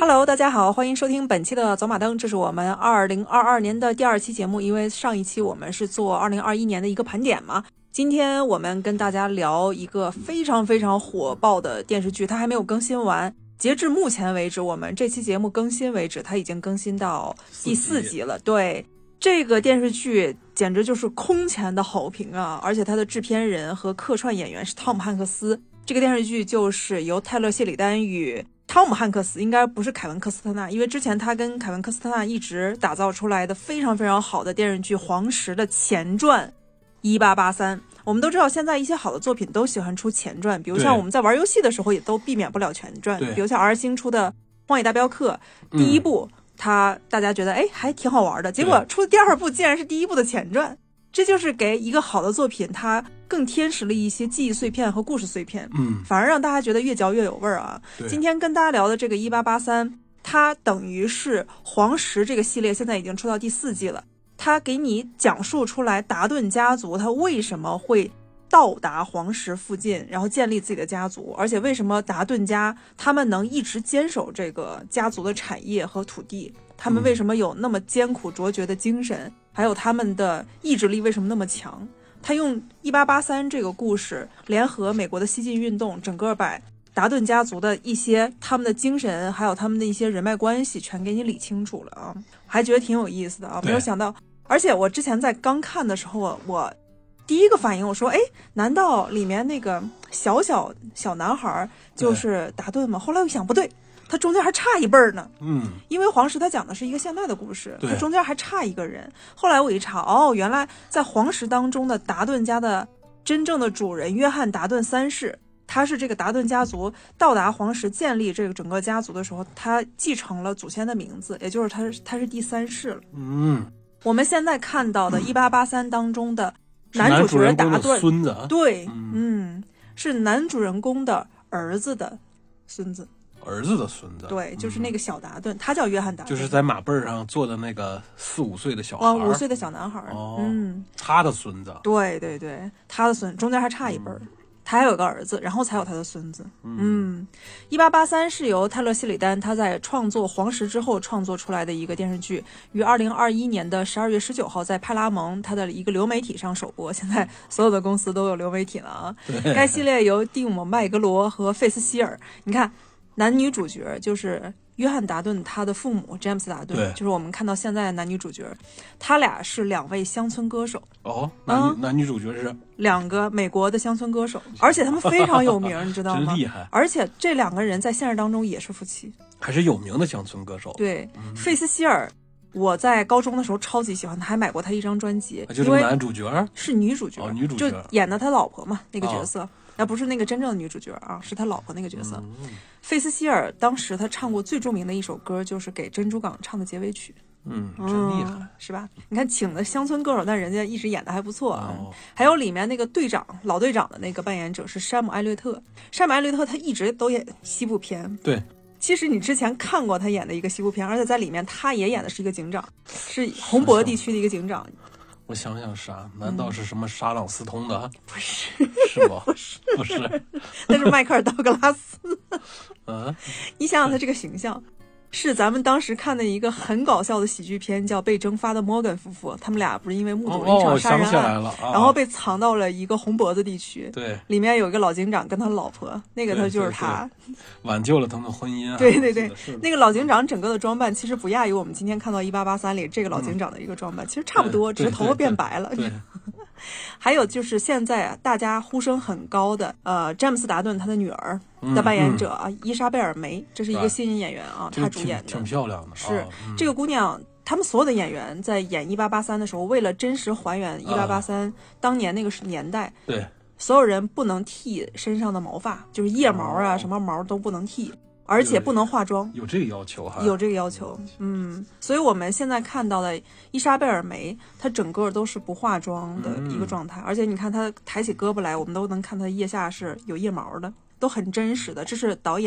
Hello， 大家好，欢迎收听本期的走马灯，这是我们2022年的第2期节目，因为上一期我们是做2021年的一个盘点嘛。今天我们跟大家聊一个非常非常火爆的电视剧，它还没有更新完。截至目前为止，我们这期节目更新为止，它已经更新到第4集了。对，这个电视剧简直就是空前的好评啊！而且它的制片人和客串演员是汤姆汉克斯。这个电视剧就是由泰勒谢里丹与汤姆汉克斯，应该不是凯文科斯特纳，因为之前他跟凯文科斯特纳一直打造出来的非常非常好的电视剧《黄石》的前传1883。我们都知道现在一些好的作品都喜欢出前传，比如像我们在玩游戏的时候也都避免不了前传，比如像 R 星出的《荒野大镖客》第一部，大家觉得还挺好玩的，结果出的第2部竟然是第1部的前传，这就是给一个好的作品它更添实了一些记忆碎片和故事碎片，反而让大家觉得越嚼越有味儿啊。今天跟大家聊的这个1883，它等于是黄石这个系列现在已经出到第4季了，它给你讲述出来达顿家族它为什么会到达黄石附近，然后建立自己的家族，而且为什么达顿家他们能一直坚守这个家族的产业和土地，他们为什么有那么艰苦卓绝的精神，还有他们的意志力为什么那么强。他用1883这个故事联合美国的西进运动，整个把达顿家族的一些他们的精神还有他们的一些人脉关系全给你理清楚了啊，还觉得挺有意思的啊。没有想到，而且我之前在刚看的时候，我第一个反应我说难道里面那个小男孩就是达顿吗？后来我想不对，他中间还差一辈儿呢。因为黄石他讲的是一个现代的故事，他中间还差一个人。后来我一查，原来在黄石当中的达顿家的真正的主人约翰达顿3世，他是这个达顿家族到达黄石建立这个整个家族的时候，他继承了祖先的名字，也就是他是第3世了。我们现在看到的1883当中的男主角达顿孙子， 对，是男主人公的儿子的孙子。对，就是那个小达顿，他叫约翰达顿， 就是在马背上坐的那个4、5岁的小孩 ，5岁的小男孩。 他的孙子。 对对对，他的孙子中间还差一辈儿。他还有个儿子，然后才有他的孙子。1883是由泰勒谢里丹他在创作《黄石》之后创作出来的一个电视剧，于2021年的12月19号在派拉蒙他的一个流媒体上首播。现在所有的公司都有流媒体了啊。该系列由蒂姆·麦格罗和费斯希尔，你看男女主角就是约翰达顿他的父母詹姆斯达顿，就是我们看到现在的男女主角，他俩是2位乡村歌手。 男女主角是 2个美国的乡村歌手，而且他们非常有名，你知道吗？ 真厉害！ 而且这2个人在现实当中也是夫妻， 还是有名的乡村歌手。 对，费斯希尔，我在高中的时候超级喜欢他，还买过他一张专辑。 就是男主角？ 是女主角， 女主角就演的他老婆嘛，那个角色。不是那个真正的女主角啊，是他老婆那个角色。费斯希尔当时他唱过最著名的一首歌，就是给珍珠港唱的结尾曲。 真厉害， 是吧？你看请的乡村歌手，但人家一直演的还不错啊。还有里面那个队长，老队长的那个扮演者是山姆·艾略特。山姆·艾略特他一直都演西部片。 对， 其实你之前看过他演的一个西部片，而且在里面他也演的是一个警长，是洪博地区的一个警长。 我想想啥？难道是什么沙朗斯通的？ 不是， 是吗？ 不是，那是迈克尔·道格拉斯。你想想他这个形象，是咱们当时看的一个很搞笑的喜剧片，叫《被蒸发的摩根夫妇》。他们俩不是因为目睹了一场杀人案，然后被藏到了一个红脖子地区。 对， 里面有一个老警长跟他老婆，那个他就是他， 挽救了他们婚姻。 对对对，那个老警长整个的装扮其实不亚于我们今天看到1883里这个老警长的一个装扮，其实差不多，只是头发变白了。还有就是现在大家呼声很高的詹姆斯达顿他的女儿的扮演者伊莎贝尔梅，这是一个新人演员啊，她主演的挺漂亮的。 是这个姑娘，他们所有的演员在演1883的时候，为了真实还原1883当年那个年代， 对， 所有人不能剃身上的毛发，就是腋毛啊，什么毛都不能剃。而且不能化妆， 有这个要求哈？ 有这个要求，所以我们现在看到的伊莎贝尔梅，她整个都是不化妆的一个状态，而且你看她抬起胳膊来，我们都能看她腋下是有腋毛的，都很真实的。这是导演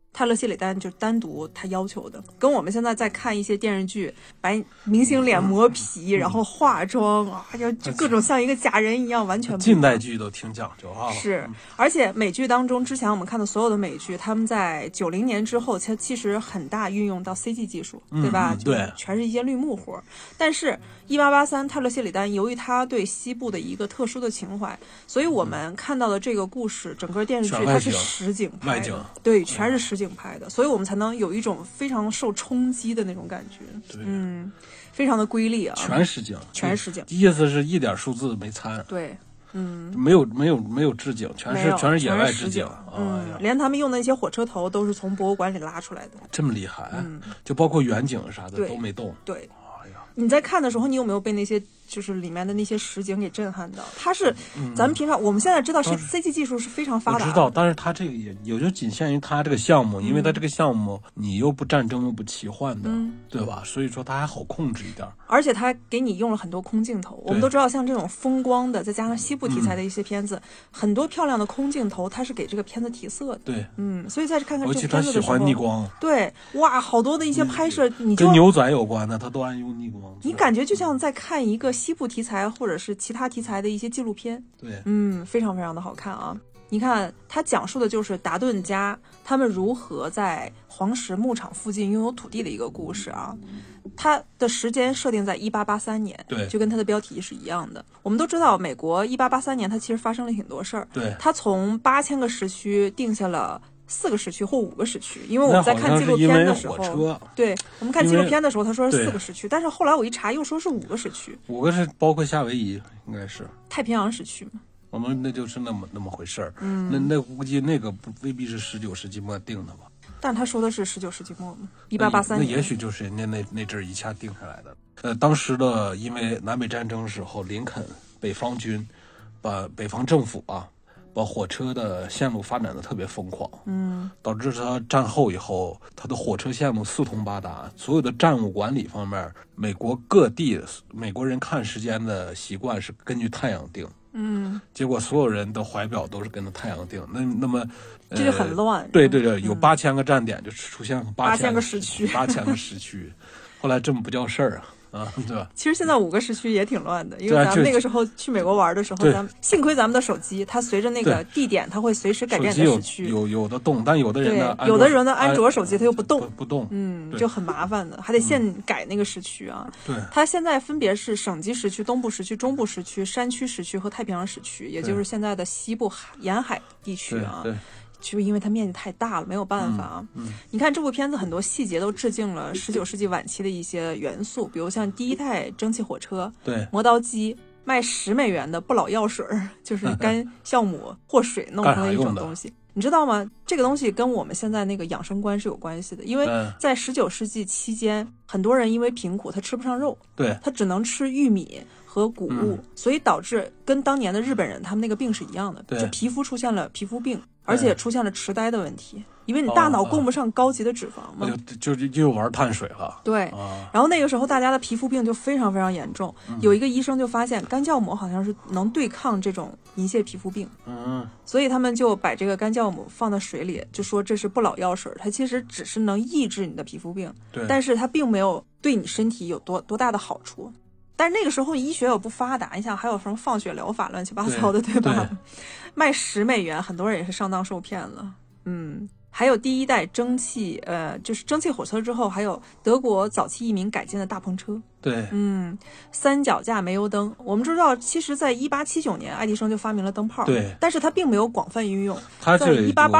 泰勒·谢里丹就单独他要求的，跟我们现在在看一些电视剧，把明星脸磨皮，然后化妆啊，就各种像一个假人一样，完全不一样。 近代剧都挺讲究啊。 是，而且美剧当中，之前我们看的所有的美剧，他们在90年之后，其实很大运用到 CG 技术，对吧？ 对， 全是一些绿幕活。但是1883泰勒·谢里丹由于他对西部的一个特殊的情怀，所以我们看到的这个故事，整个电视剧它是实景拍的，对，全是实景拍的，所以我们才能有一种非常受冲击的那种感觉。 对， 非常的瑰丽啊， 全实景， 全实景， 意思是一点数字没掺。 对。 没有置景，全是野外置景。 连他们用的那些火车头都是从博物馆里拉出来的， 这么厉害。就包括远景啥的都没动。 对， 哎呀， 你在看的时候，你有没有被那些就是里面的那些实景给震撼到？它是咱们平常我们现在知道是 CG 技术是非常发达的， 我知道，但是它这个也就仅限于它这个项目，因为它这个项目你又不战争又不奇幻的，对吧？所以说它还好控制一点， 而且它给你用了很多空镜头。我们都知道，像这种风光的，再加上西部题材的一些片子，很多漂亮的空镜头，它是给这个片子提色的。 对， 所以再看看这个片子的时候， 而且他喜欢逆光。 对，哇，好多的一些拍摄，你就跟牛仔有关的，他都爱用逆光。 你感觉就像在看一个西部题材或者是其他题材的一些纪录片。 对， 非常非常的好看啊！你看，它讲述的就是达顿家他们如何在黄石牧场附近拥有土地的一个故事啊。它的时间设定在1883年， 对， 就跟它的标题是一样的。我们都知道，美国1883年它其实发生了挺多事儿。 对， 它从8000个时区定下了4个时区或5个时区，因为我们在看纪录片的时候，对，我们看纪录片的时候，他说是4个时区，但是后来我一查又说是5个时区 ，5个是包括夏威夷，应该是太平洋时区嘛。 我们那就是那么回事儿。那估计那个未必是19世纪末定的吧？ 但他说的是19世纪末嘛，1883年。 那也许就是人家那阵儿一下定下来的。当时的因为南北战争时候，林肯北方军把北方政府把火车的线路发展的特别疯狂，导致他战后以后，他的火车线路四通八达，所有的站务管理方面，美国各地美国人看时间的习惯是根据太阳定，结果所有人的怀表都是跟着太阳定，那么这就很乱。 对，有8000个站点，就出现 8000个时区 ，8000个时区，后来这么不叫事儿啊，对吧？ 其实现在5个时区也挺乱的，因为咱们那个时候去美国玩的时候，咱们幸亏咱们的手机，它随着那个地点，它会随时改变你的时区。 有的动，但有的人呢， 有的人的安卓手机它又不动， 就很麻烦的，还得现改那个时区啊。 对， 它现在分别是省级时区、东部时区、中部时区、山区时区和太平洋时区，也就是现在的西部沿海地区啊。 对。 就因为它面积太大了，没有办法啊。你看这部片子很多细节都致敬了19世纪晚期的一些元素，比如像第一代蒸汽火车、磨刀机、卖$10的不老药水，就是干酵母或水弄成的一种东西。你知道吗？这个东西跟我们现在那个养生观是有关系的，因为在19世纪期间，很多人因为贫苦，他吃不上肉，他只能吃玉米和谷物，所以导致跟当年的日本人他们那个病是一样的，就皮肤出现了皮肤病，而且出现了痴呆的问题，因为你大脑供不上高级的脂肪嘛， 就玩碳水了。 对，然后那个时候大家的皮肤病就非常非常严重，有一个医生就发现干酵母好像是能对抗这种银屑皮肤病，所以他们就把这个干酵母放到水里，就说这是不老药水，它其实只是能抑制你的皮肤病，但是它并没有对你身体有多大的好处。但是那个时候医学也不发达，你想还有什么放血疗法乱七八糟的，对吧？卖$10，很多人也是上当受骗了。还有第一代就是蒸汽火车之后，还有德国早期移民改进的大篷车。 对， 三脚架煤油灯。我们知道，其实在1879年，爱迪生就发明了灯泡， 对， 但是它并没有广泛运用。 它在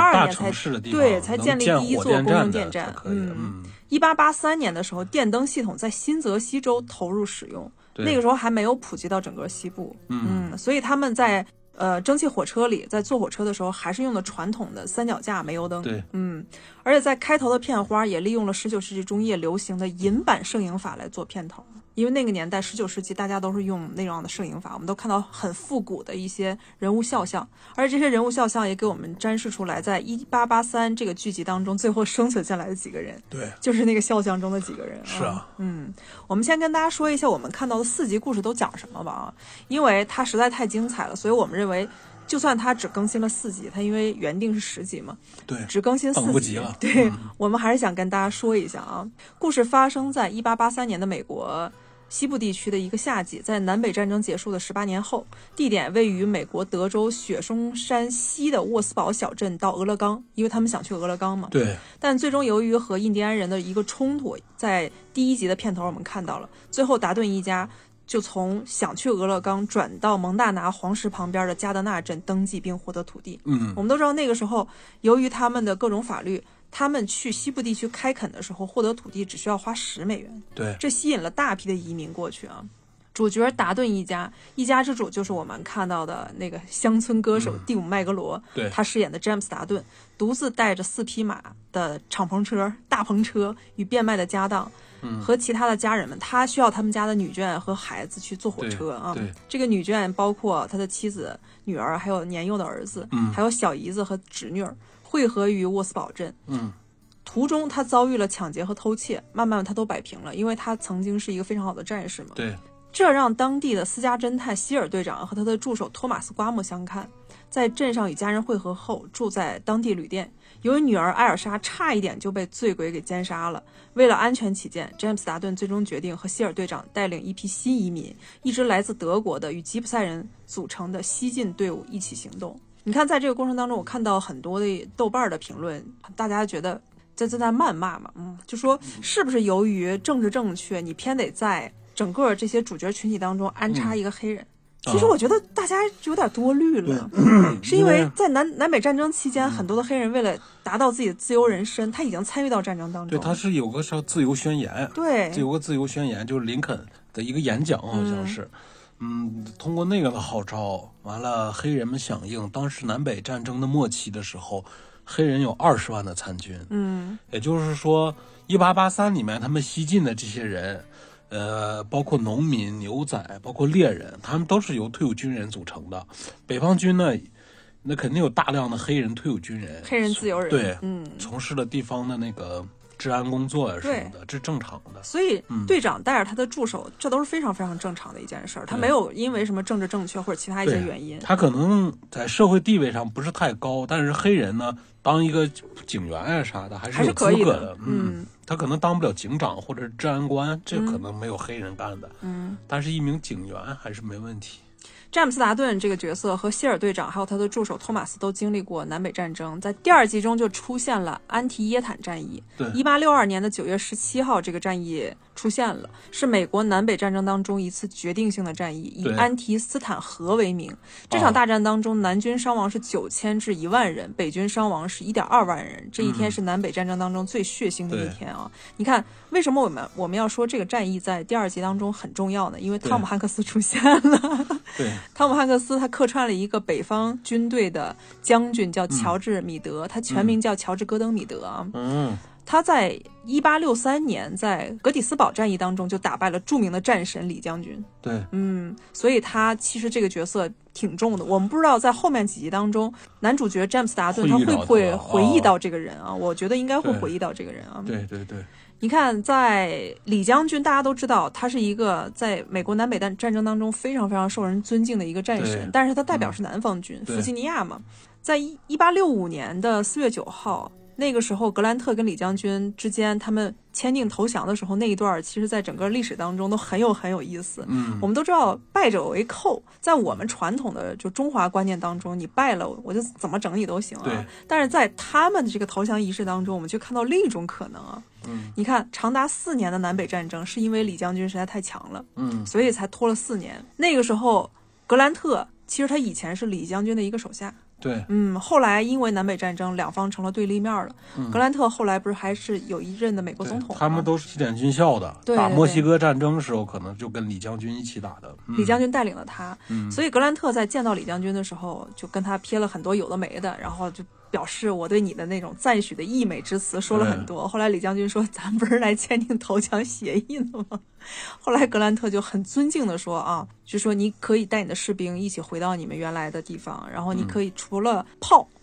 1882年才建立第一座公用电站。1883年的时候，电灯系统在新泽西州投入使用，那个时候还没有普及到整个西部。所以他们在蒸汽火车里，在坐火车的时候还是用的传统的三脚架煤油灯。 对， 而且在开头的片花也利用了19世纪中叶流行的银版摄影法来做片头，因为那个年代19世纪大家都是用那样的摄影法，我们都看到很复古的一些人物肖像，而这些人物肖像也给我们展示出来，在1883这个剧集当中最后生存下来的几个人， 对， 就是那个肖像中的几个人。 是啊， 我们先跟大家说一下我们看到的4集故事都讲什么吧，因为它实在太精彩了，所以我们认为就算它只更新了4集，它因为原定是10集嘛， 对， 只更新4集， 等不及了。 对，我们还是想跟大家说一下啊，故事发生在1883年的美国西部地区的一个夏季，在南北战争结束的18年后，地点位于美国德州雪松山西的沃斯堡小镇到俄勒冈，因为他们想去俄勒冈嘛。 对。 但最终由于和印第安人的一个冲突，在第1集的片头我们看到了，最后达顿一家就从想去俄勒冈转到蒙大拿黄石旁边的加德纳镇登记并获得土地。我们都知道那个时候，由于他们的各种法律，他们去西部地区开垦的时候，获得土地只需要花$10。 对， 这吸引了大批的移民过去啊。主角达顿一家之主就是我们看到的那个乡村歌手蒂姆·麦格罗， 对， 他饰演的詹姆斯·达顿，独自带着4匹马的敞篷车、大篷车与变卖的家当，和其他的家人们，他需要他们家的女眷和孩子去坐火车啊。这个女眷包括他的妻子、女儿，还有年幼的儿子，还有小姨子和侄女儿，汇合于沃斯堡镇。途中他遭遇了抢劫和偷窃，慢慢他都摆平了，因为他曾经是一个非常好的战士嘛。 对， 这让当地的私家侦探希尔队长和他的助手托马斯·刮目相看，在镇上与家人会合后，住在当地旅店。由于女儿艾尔莎差一点就被醉鬼给奸杀了，为了安全起见，詹姆斯·达顿最终决定和希尔队长带领一批新移民，一支来自德国的与吉普赛人组成的西进队伍一起行动。你看，在这个过程当中，我看到很多的豆瓣的评论，大家觉得这在谩骂嘛，就说是不是由于政治正确，你偏得在整个这些主角群体当中安插一个黑人？其实我觉得大家有点多虑了，是因为在南北战争期间，很多的黑人为了达到自己的自由人身，他已经参与到战争当中。 对，他是有个啥自由宣言， 对， 有个自由宣言，就是林肯的一个演讲，好像是。通过那个的号召，完了黑人们响应。当时南北战争的末期的时候，黑人有20万的参军。也就是说，1883里面他们西进的这些人，包括农民、牛仔，包括猎人，他们都是由退伍军人组成的。北方军呢，那肯定有大量的黑人退伍军人、 黑人自由人， 对，从事了地方的那个治安工作什么的，这是正常的。 所以队长带着他的助手，这都是非常非常正常的一件事儿。他没有因为什么政治正确或者其他一些原因。 他可能在社会地位上不是太高，但是黑人呢，当一个警员啊啥的还是有资格的。他可能当不了警长或者是治安官，这可能没有黑人干的。但是一名警员还是没问题。 詹姆斯·达顿这个角色和希尔队长还有他的助手托马斯都经历过南北战争，在第2集中就出现了安提耶坦战役。1862年的9月17号，这个战役出现了，是美国南北战争当中一次决定性的战役，以安提斯坦河为名。这场大战当中，南军伤亡是9000至1万人，北军伤亡是1.2万人。这一天是南北战争当中最血腥的一天啊！你看，为什么我们要说这个战役在第2集当中很重要呢？因为汤姆汉克斯出现了。 对。 汤姆汉克斯他客串了一个北方军队的将军，叫乔治米德，他全名叫乔治戈登米德啊。他在1863年在格底斯堡战役当中就打败了著名的战神李将军。 对， 所以他其实这个角色挺重的。我们不知道在后面几集当中，男主角詹姆斯·达顿他会不会回忆到这个人啊？我觉得应该会回忆到这个人啊。 对对对。 你看，在李将军，大家都知道他是一个在美国南北战争当中非常非常受人尊敬的一个战神，但是他代表是南方军，弗吉尼亚嘛。在1865年的4月9号，那个时候格兰特跟李将军之间他们签订投降的时候，那一段其实在整个历史当中都很有意思。我们都知道败者为寇，在我们传统的就中华观念当中，你败了我就怎么整你都行啊。但是在他们的这个投降仪式当中，我们就看到另一种可能啊。你看，长达4年的南北战争是因为李将军实在太强了，所以才拖了4年。那个时候，格兰特其实他以前是李将军的一个手下。 对， 后来因为南北战争，两方成了对立面了。格兰特后来不是还是有一任的美国总统吗？ 他们都是起点军校的，打墨西哥战争的时候，可能就跟李将军一起打的。 李将军带领了他，所以格兰特在见到李将军的时候，就跟他撇了很多有的没的，然后就表示我对你的那种赞许的溢美之词说了很多。后来李将军说：“咱不是来签订投降协议的吗？”后来格兰特就很尊敬的说啊，就说你可以带你的士兵一起回到你们原来的地方，然后你可以除了炮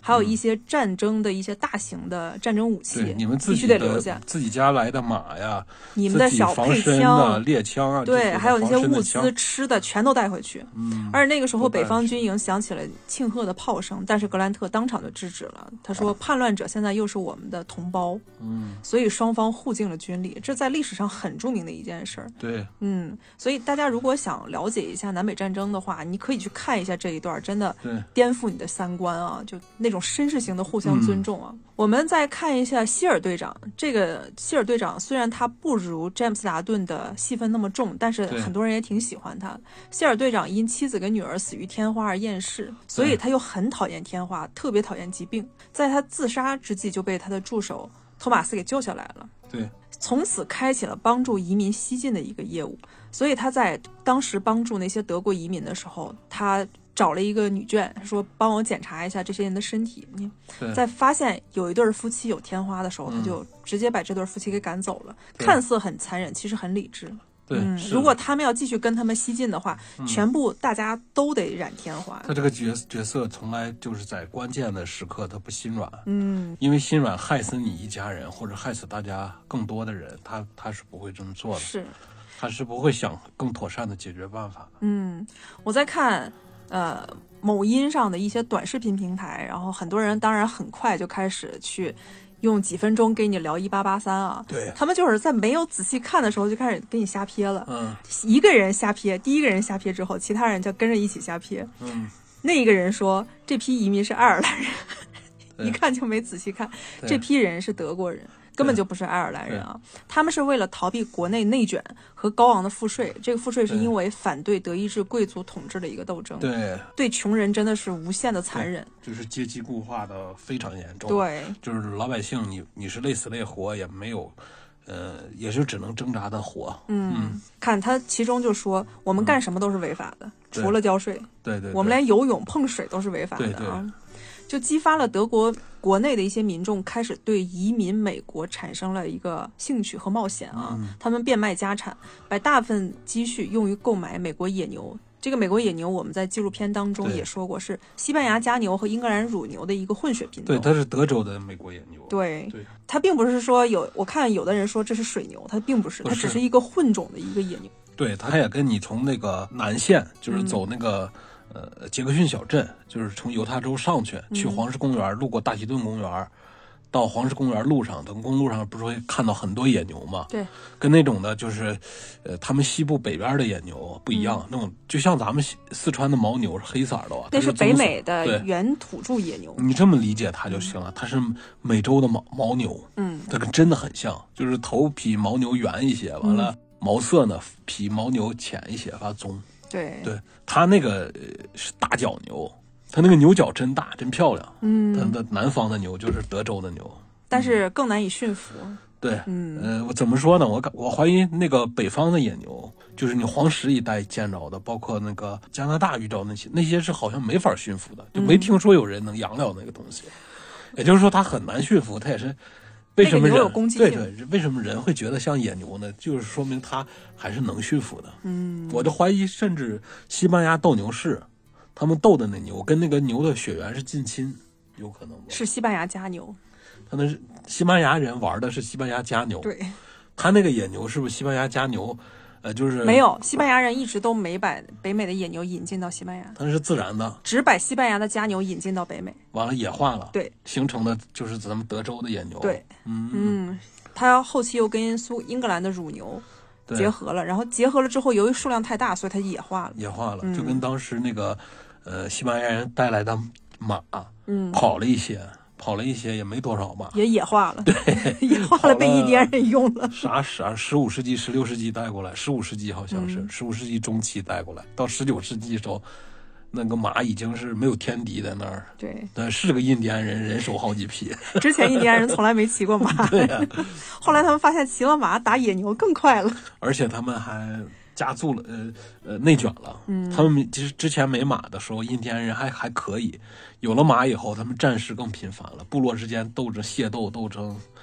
还有一些战争的一些大型的战争武器， 对，你们自必须己得留下。 自己家来的马呀， 你们的小配枪、猎枪啊， 对，还有那些物资、 吃的，全都带回去。而且那个时候，北方军营响起了庆贺的炮声，但是格兰特当场就制止了。他说：“叛乱者现在又是我们的同胞。”所以双方互敬了军礼，这在历史上很著名的一件事儿。 对， 所以大家如果想了解一下南北战争的话，你可以去看一下这一段，真的颠覆你的三观啊！就那种绅士型的互相尊重啊。我们再看一下希尔队长，这个希尔队长虽然他不如詹姆斯达顿的戏份那么重，但是很多人也挺喜欢他。希尔队长因妻子跟女儿死于天花而厌世，所以他又很讨厌天花，特别讨厌疾病。在他自杀之际，就被他的助手托马斯给救下来了。 对， 从此开启了帮助移民西进的一个业务。所以他在当时帮助那些德国移民的时候，他找了一个女眷，说帮我检查一下这些人的身体。在发现有一对夫妻有天花的时候，他就直接把这对夫妻给赶走了。看似很残忍，其实很理智。 对， 如果他们要继续跟他们西进的话，全部大家都得染天花。 他这个角色从来就是在关键的时刻他不心软，因为心软害死你一家人或者害死大家更多的人，他是不会这么做的。 是， 他是不会想更妥善的解决办法。 我在看某音上的一些短视频平台，然后很多人当然很快就开始去用几分钟给你聊1883啊， 对， 他们就是在没有仔细看的时候就开始给你瞎瞥了。一个人瞎瞥，第一个人瞎瞥之后，其他人就跟着一起瞎瞥。那一个人说这批移民是爱尔兰人，一看就没仔细看，这批人是德国人。根本就不是爱尔兰人啊！他们是为了逃避国内内卷和高昂的赋税，这个赋税是因为反对德意志贵族统治的一个斗争。对穷人真的是无限的残忍， 就是阶级固化的非常严重。 对， 就是老百姓你是累死累活也没有，也是只能挣扎的活。 看他其中就说，我们干什么都是违法的，除了交税。 对， 我们连游泳碰水都是违法的啊！就激发了德国国内的一些民众开始对移民美国产生了一个兴趣和冒险啊！他们变卖家产，把大部分积蓄用于购买美国野牛。这个美国野牛我们在纪录片当中也说过，是西班牙家牛和英格兰乳牛的一个混血品种。 对，它是德州的美国野牛。 对，它并不是说我看有的人说这是水牛，它并不是，它只是一个混种的一个野牛。 对，它也跟你从那个南线，就是走那个杰克逊小镇，就是从犹他州上去黄石公园，路过大希顿公园，到黄石公园路上，等公路上不是会看到很多野牛吗？ 对， 跟那种的就是他们西部北边的野牛不一样，那种就像咱们四川的牦牛是黑色的， 那是北美的原土著野牛。 你这么理解它就行了，它是美洲的牦牛。它跟真的很像，就是头比牦牛圆一些，完了毛色呢比牦牛浅一些，发棕。对，它那个是大角牛，它那个牛角真大真漂亮。它的南方的牛就是德州的牛， 但是更难以驯服。 对，我怎么说呢？我怀疑那个北方的野牛，就是你黄石一带见着的，包括那个加拿大遇到那些是好像没法驯服的，就没听说有人能养了那个东西。也就是说，它很难驯服，它也是。为什么人有攻击性？对，为什么人会觉得像野牛呢？就是说明它还是能驯服的。我就怀疑，甚至西班牙斗牛士，他们斗的那牛跟那个牛的血缘是近亲，有可能吗？ 是西班牙家牛， 他那是西班牙人玩的是西班牙家牛。 对， 他那个野牛是不是西班牙家牛？就是没有，西班牙人一直都没把北美的野牛引进到西班牙， 它是自然的， 只把西班牙的家牛引进到北美， 完了野化了， 对， 形成的就是咱们德州的野牛。 对，它后期又跟英格兰的乳牛结合了，然后结合了之后，由于数量太大，所以它野化了， 就跟当时那个西班牙人带来的马，跑了一些也没多少马， 也野化了， 对， 野化了，被印第安人用了。 啥15世纪、16世纪带过来，15世纪好像是15世纪中期带过来，到19世纪的时候，那个马已经是没有天敌在那儿。 对， 是个印第安人，人手好几匹。 之前印第安人从来没骑过马， 对呀。 后来他们发现骑了马打野牛更快了， 而且他们还加速了，内卷了。他们其实之前没马的时候，印第安人还可以，有了马以后，他们战事更频繁了，部落之间斗争、械斗斗争。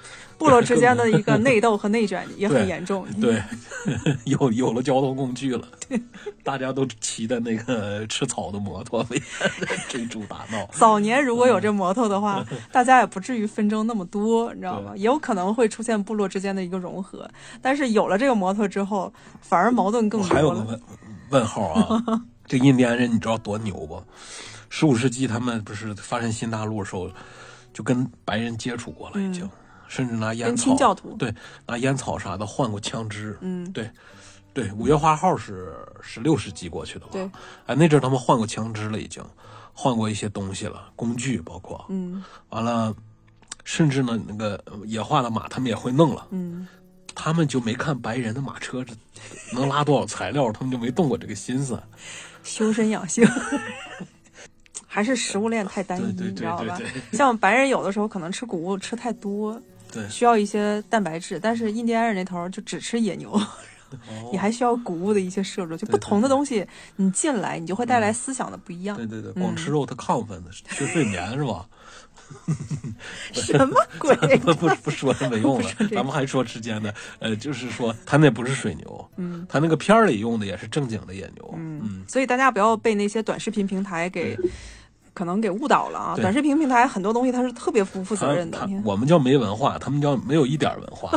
部落之间的一个内斗和内卷也很严重。 对，有了交通工具了，大家都骑的那个吃草的摩托追逐打闹。 早年如果有这摩托的话，大家也不至于纷争那么多，你知道吗？也有可能会出现部落之间的一个融合。但是有了这个摩托之后，反而矛盾更多了。 还有个问号啊，这印第安人你知道多牛不？15世纪他们不是发现新大陆的时候，就跟白人接触过了，已经，甚至拿烟草， 跟清教徒， 对，拿烟草啥的换过枪支。对，5月花号是16世纪过去的吧？ 对， 哎，那阵他们换过枪支了，已经换过一些东西了，工具包括，完了，甚至呢那个野化的马他们也会弄了，他们就没看白人的马车能拉多少材料，他们就没动过这个心思。 修身养性。还是食物链太单一，你知道吧？像白人有的时候可能吃谷物吃太多， 对， 需要一些蛋白质，但是印第安人那头就只吃野牛。你还需要谷物的一些摄入，就不同的东西你进来，你就会带来思想的不一样。 对，光吃肉它亢奋的，缺睡眠是吧？ 什么鬼？ 不说这没用了，咱们还说之间的，就是说他那不是水牛，他那个片里用的也是正经的野牛， 所以大家不要被那些短视频平台可能给误导了啊！短视频平台很多东西它是特别不负责任的。 我们叫没文化，他们叫没有一点文化。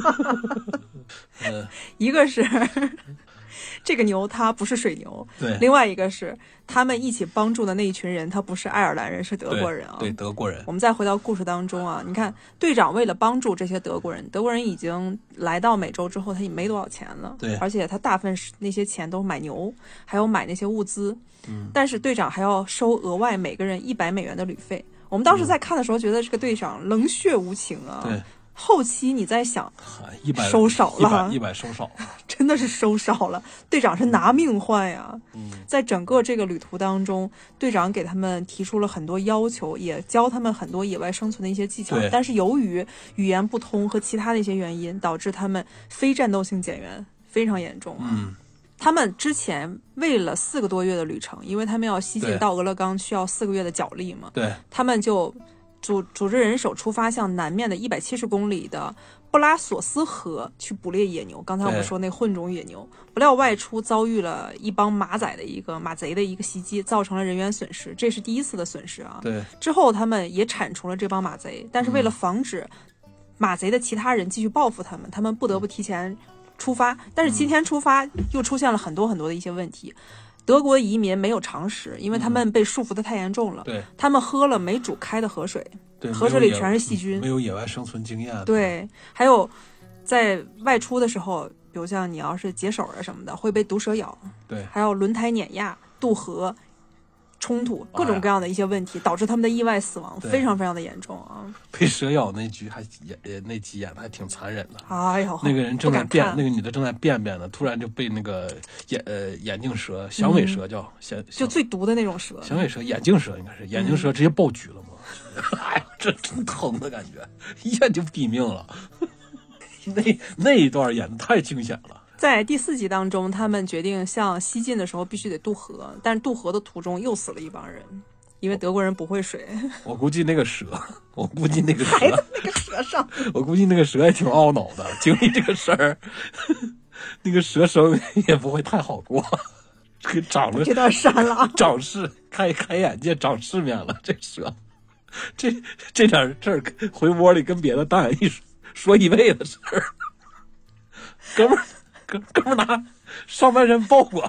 一个是这个牛它不是水牛， 对， 另外一个是他们一起帮助的那一群人，他不是爱尔兰人，是德国人啊。 对，德国人。 我们再回到故事当中啊，你看队长为了帮助这些德国人，德国人已经来到美洲之后，他也没多少钱了， 对， 而且他大部分那些钱都买牛，还有买那些物资。但是队长还要收额外每个人$100的旅费。我们当时在看的时候觉得这个队长冷血无情啊。 对。 后期你在想 ，100 收少了 ，100收少了， 真的是收少了。队长是拿命换呀。在整个这个旅途当中，队长给他们提出了很多要求，也教他们很多野外生存的一些技巧。但是由于语言不通和其他的一些原因，导致他们非战斗性减员非常严重。他们之前为了4个多月的旅程，因为他们要西进到俄勒冈需要4个月的脚力嘛， 对， 他们就组织人手出发向南面的170公里的布拉索斯河去捕猎野牛。刚才我们说那混种野牛，不料外出遭遇了一帮马贼的一个袭击，造成了人员损失，这是第一次的损失啊。 对， 之后他们也铲除了这帮马贼，但是为了防止马贼的其他人继续报复他们，他们不得不提前出发。但是提前出发又出现了很多的一些问题。德国移民没有常识，因为他们被束缚的太严重了。 对， 他们喝了没煮开的河水，河水里全是细菌， 没有野外生存经验。 对，还有在外出的时候，比如像你要是解手啊什么的，会被毒蛇咬。 对， 还有轮胎碾压、渡河、冲突，各种各样的一些问题，导致他们的意外死亡非常非常的严重啊！ 被蛇咬那集演的还挺残忍的。 哎呦， 那个人正在便，那个女的正在便呢，突然就被那个眼镜蛇、响尾蛇就最毒的那种蛇， 响尾蛇、眼镜蛇应该是眼镜蛇直接爆菊了嘛？哎呀，这真疼的感觉，一下就毙命了。那一段演的太惊险了。 在第4集当中，他们决定向西进的时候必须得渡河，但是渡河的途中又死了一帮人，因为德国人不会水。 我估计那个蛇还在那个蛇上， 我估计那个蛇也挺懊恼的，经历这个事儿，那个蛇生也不会太好过。这个长了这段删了， 长世开眼界，长世面了。这蛇，这点事儿回窝里跟别的大眼一说一辈子事儿，哥们拿上半身抱我。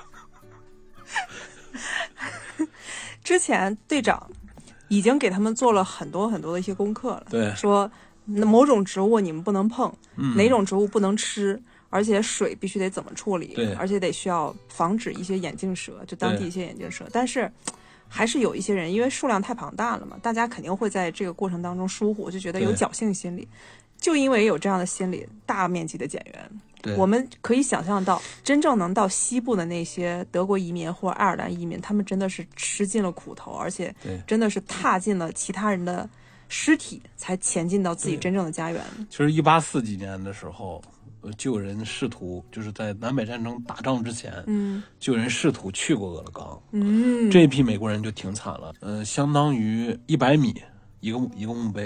之前队长已经给他们做了很多的一些功课了， 对， 说某种植物你们不能碰，哪种植物不能吃，而且水必须得怎么处理， 对， 而且得需要防止一些眼镜蛇，就当地一些眼镜蛇。但是还是有一些人因为数量太庞大了嘛，大家肯定会在这个过程当中疏忽，就觉得有侥幸心理。就因为有这样的心理，大面积的减员。我们可以想象到，真正能到西部的那些德国移民或爱尔兰移民，他们真的是吃尽了苦头，而且真的是踏进了其他人的尸体，才前进到自己真正的家园。 其实1840几年的时候，就有人试图，就是在南北战争打仗之前，就有人试图去过俄勒冈。这一批美国人就挺惨了，相当于100米一个墓碑。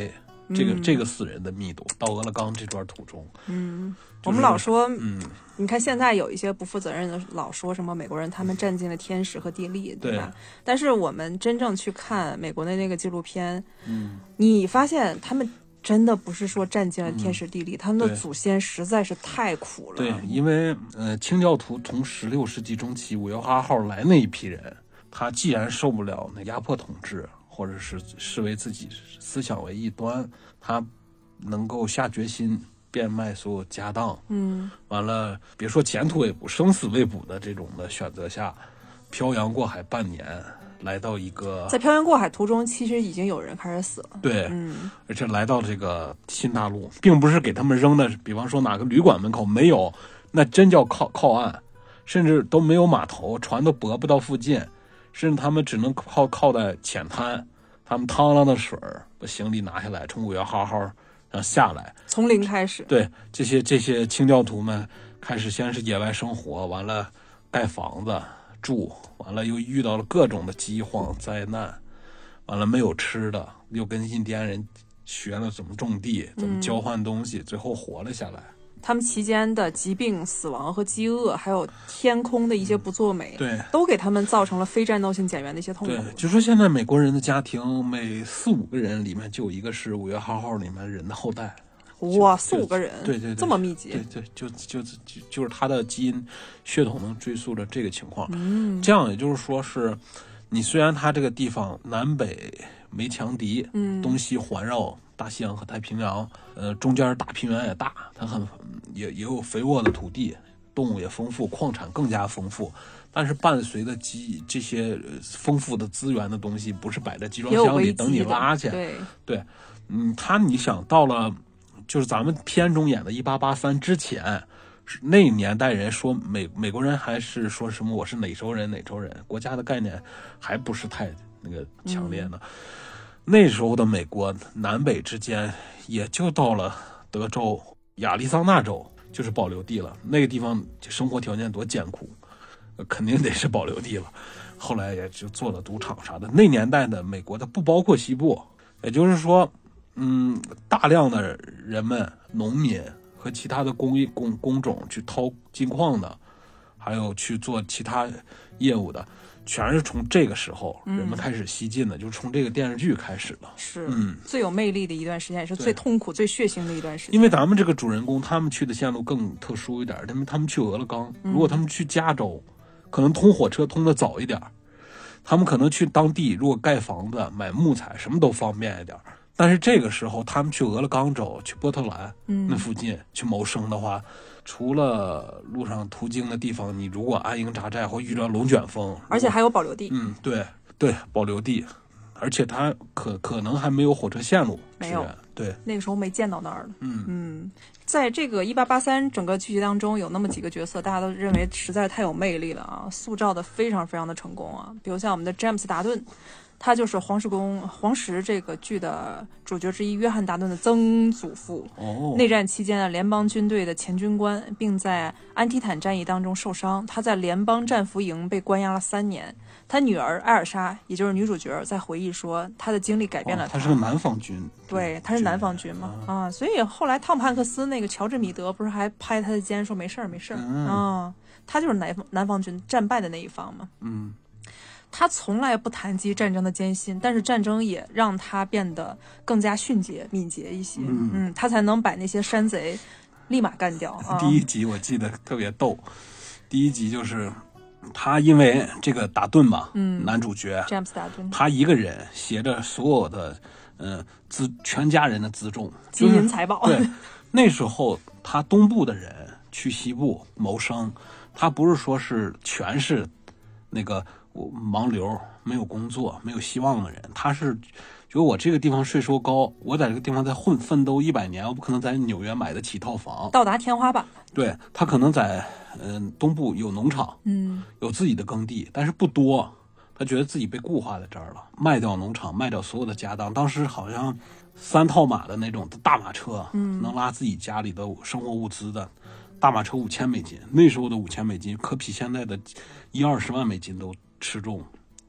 这个死人的密度，到俄勒冈这段途中， 我们老说，你看现在有一些不负责任的老说什么美国人他们占尽了天时和地利，对吧？但是我们真正去看美国的那个纪录片，你发现他们真的不是说占尽了天时地利，他们的祖先实在是太苦了。 对，因为清教徒从16世纪中期5月8号来那一批人，他既然受不了那压迫统治，或者是视为自己思想为异端，他能够下决心变卖所有家当，完了别说前途未卜，生死未卜的这种的选择下，漂洋过海半年，来到一个在漂洋过海途中，其实已经有人开始死了。 对，而且来到这个新大陆，并不是给他们扔的，比方说哪个旅馆门口没有，那真叫靠岸，甚至都没有码头，船都泊不到附近，甚至他们只能靠在浅滩，他们趟浪的水把行李拿下来，从5月8号然后下来， 从零开始。 对，这些清教徒们开始先是野外生活，完了盖房子住，完了又遇到了各种的饥荒灾难，完了没有吃的，又跟印第安人学了怎么种地，怎么交换东西，最后活了下来。 他们期间的疾病、死亡和饥饿，还有天空的一些不作美， 对， 都给他们造成了非战斗性减员的一些痛苦。 对，就说现在美国人的家庭，每4-5个人里面就有一个是5月8号里面人的后代。 哇，4-5个人， 对，这么密集， 对，就是他的基因血统能追溯着这个情况。这样也就是说是，你虽然他这个地方南北没强敌，东西环绕大西洋和太平洋，中间大平原也大，它也有肥沃的土地，动物也丰富，矿产更加丰富。但是伴随的这些丰富的资源的东西，不是摆在集装箱里等你拉去。对，你想到了。就是咱们片中演的1883之前，那年代人说美国人还是说什么我是哪州人，国家的概念还不是太那个强烈呢。那时候的美国南北之间也就到了德州、亚利桑那州，就是保留地了。那个地方生活条件多艰苦，肯定得是保留地了。后来也就做了赌场啥的。那年代的美国它不包括西部，也就是说。大量的人们、农民和其他的工种去掏金矿的，还有去做其他业务的，全是从这个时候人们开始西进的，就是从这个电视剧开始的。 是，最有魅力的一段时间，也是最痛苦、最血腥的一段时间。 因为咱们这个主人公他们去的线路更特殊一点，他们去俄勒冈，如果他们去加州，可能通火车通的早一点，他们可能去当地，如果盖房子、买木材，什么都方便一点。但是这个时候，他们去俄勒冈州、去波特兰那附近去谋生的话，除了路上途经的地方，你如果安营扎寨或遇到龙卷风， 而且还有保留地。 对，保留地，而且它可能还没有火车线路， 没有。 对， 那个时候没见到那儿了。在这个1883整个剧集当中，有那么几个角色，大家都认为实在太有魅力了啊，塑造的非常非常的成功啊。比如像我们的詹姆斯·达顿。他就是黄石这个剧的主角之一，约翰·达顿的曾祖父。内战期间的联邦军队的前军官，并在安提坦战役当中受伤。他在联邦战俘营被关押了3年。他女儿艾尔莎，也就是女主角，在回忆说，他的经历改变了他。 他是个南方军。 对，他是南方军嘛。所以后来汤姆汉克斯那个乔治米德不是还拍他的肩说没事他就是南方军战败的那一方嘛。他从来不谈及战争的艰辛，但是战争也让他变得更加迅捷、敏捷一些。他才能把那些山贼立马干掉。 第一集我记得特别逗，第一集就是他因为这个达顿嘛，男主角詹姆斯·达顿， 他一个人携着所有的全家人的辎重、 金银财宝。 对，那时候他东部的人去西部谋生，他不是说是全是那个。盲流，没有工作，没有希望的人，他是觉得我这个地方税收高，我在这个地方再奋斗100年，我不可能在纽约买得起一套房， 到达天花板。 对，他可能在东部有农场，有自己的耕地，但是不多，他觉得自己被固化在这儿了，卖掉农场，卖掉所有的家当。当时好像3套马的那种大马车，能拉自己家里的生活物资的大马车$5000，那时候的$5000可比现在的10-20万美金都吃重。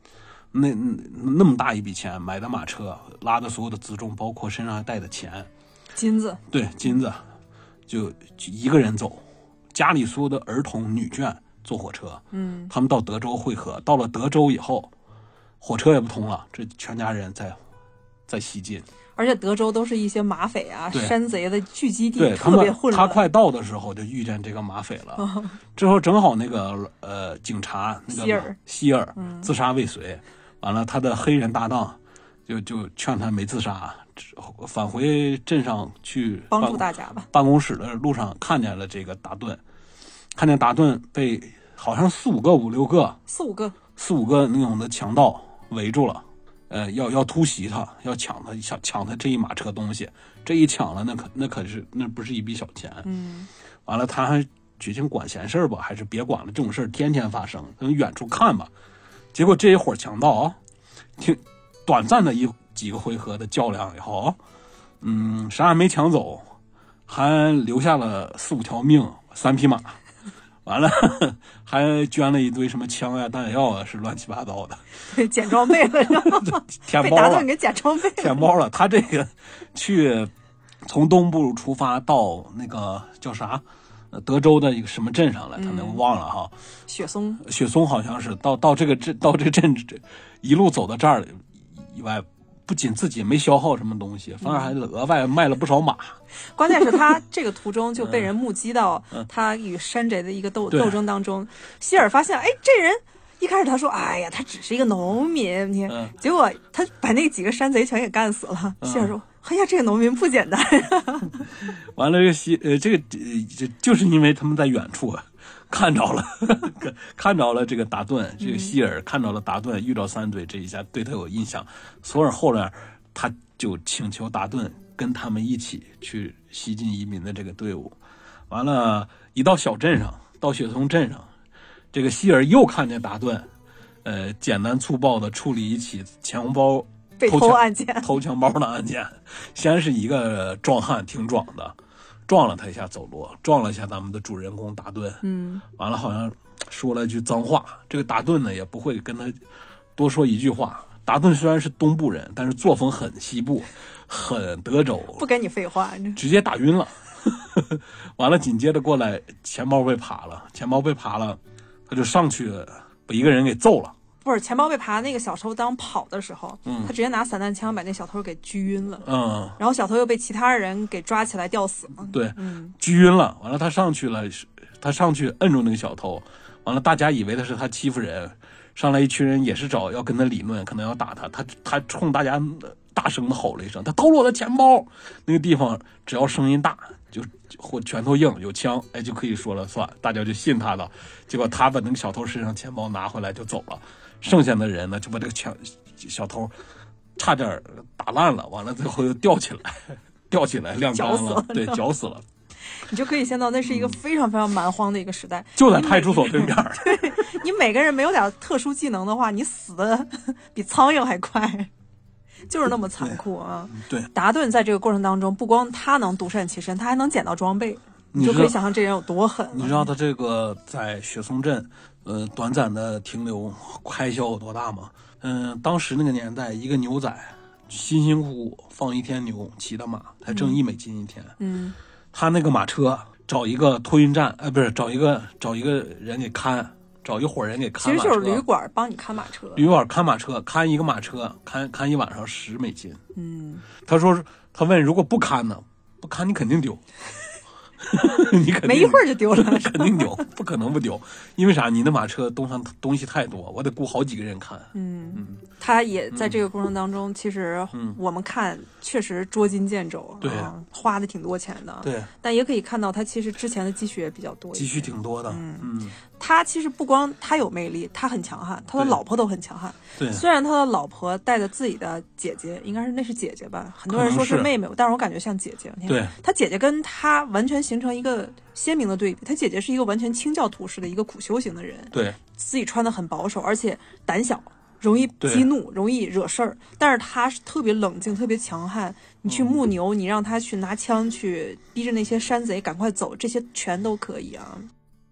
那么大一笔钱买的马车，拉的所有的辎重，包括身上还带的钱， 金子， 对，金子，就一个人走，家里所有的儿童女眷坐火车，他们到德州会合，到了德州以后，火车也不通了，这全家人在西进。 而且德州都是一些马匪啊、山贼的聚集地， 对， 特别混乱。 他快到的时候就遇见这个马匪了，之后正好那个警察那个希尔自杀未遂，完了他的黑人搭档就劝他没自杀，返回镇上去帮助大家吧。 办公室的路上看见了这个达顿，看见达顿被好像四五个那种的强盗围住了。要突袭他，要抢他这一马车东西，这一抢了，那不是一笔小钱。完了他还决定管闲事吧，还是别管了，这种事天天发生，从远处看吧。结果这一伙强盗啊，挺短暂的几个回合的较量以后，啥也没抢走，还留下了4、5条命，3匹马。完了，还捐了一堆什么枪呀、弹药啊，是乱七八糟的。 对，捡装备了， 填包了，被达顿给捡装备了， 填包了。他这个去从东部出发到那个叫啥，德州的一个什么镇上来，他那忘了哈。 雪松好像是到这个镇一路走到这儿以外。不仅自己没消耗什么东西，反而还额外卖了不少马。 关键是他这个途中就被人目击到他与山贼的一个斗争当中。希尔发现，哎，这人一开始他说，哎呀，他只是一个农民，结果他把那几个山贼全给干死了。希尔说，哎呀，这个农民不简单呀。 完了，这个就是因为他们在远处看着了这个达顿，这个希尔看着了达顿遇到山贼，这一下对他有印象，所以后来他就请求达顿跟他们一起去西进移民的这个队伍。完了，一到小镇上，到雪松镇上，这个希尔又看见达顿，简单粗暴的处理一起钱红包被偷案件、 偷枪包的案件。先是一个壮汉，挺壮的。撞了他一下走路，撞了一下咱们的主人公达顿，完了好像说了一句脏话。这个达顿呢也不会跟他多说一句话。达顿虽然是东部人，但是作风很西部，很德州， 不跟你废话， 直接打晕了。完了紧接着过来，钱包被扒了，他就上去把一个人给揍了。 不是，钱包被扒，那个小偷当跑的时候，他直接拿散弹枪把那小偷给狙晕了。然后小偷又被其他人给抓起来吊死了。 对，狙晕了。完了，他上去摁住那个小偷。完了，大家以为他是他欺负人，上来一群人也是要跟他理论，可能要打他。他冲大家大声的吼了一声：“他偷了我的钱包！”那个地方只要声音大，或拳头硬有枪，哎，就可以说了算，大家就信他的。结果他把那个小偷身上钱包拿回来就走了。剩下的人呢，就把这个小偷差点打烂了，完了最后又吊起来晾干了，对，绞死了。 你就可以想到，那是一个非常非常蛮荒的一个时代， 就在派出所对面。 对，你每个人没有点特殊技能的话，你死的比苍蝇还快，就是那么残酷啊！ 对， 达顿在这个过程当中，不光他能独善其身，他还能捡到装备，你就可以想象这人有多狠。 你知道他这个在雪松镇，短暂的停留开销有多大吗？当时那个年代，一个牛仔辛辛苦苦放一天牛骑的马，才挣$1一天。他那个马车找一个托运站，不是找一个人给看，找一伙人给看马车。 其实就是旅馆帮你看马车。 旅馆看马车，看一个马车，看一晚上$10。他说他问如果不看呢？不看你肯定丢。你肯定没一会儿就丢了， 肯定丢，不可能不丢，因为啥？你的马车东西太多，我得雇好几个人看。 他也在这个过程当中，其实我们看确实捉襟见肘， 对， 花的挺多钱的， 对。 但也可以看到他其实之前的积蓄也比较多， 积蓄挺多的。 他其实不光他有魅力，他很强悍，他的老婆都很强悍。 对， 虽然他的老婆带着自己的姐姐，应该是那是姐姐吧，很多人说是妹妹，但是我感觉像姐姐。 对， 他姐姐跟他完全形成一个鲜明的对比。他姐姐是一个完全清教徒式的一个苦修型的人， 对， 自己穿的很保守，而且胆小，容易激怒，容易惹事儿。但是他是特别冷静，特别强悍。你去牧牛，你让他去拿枪去逼着那些山贼赶快走，这些全都可以啊。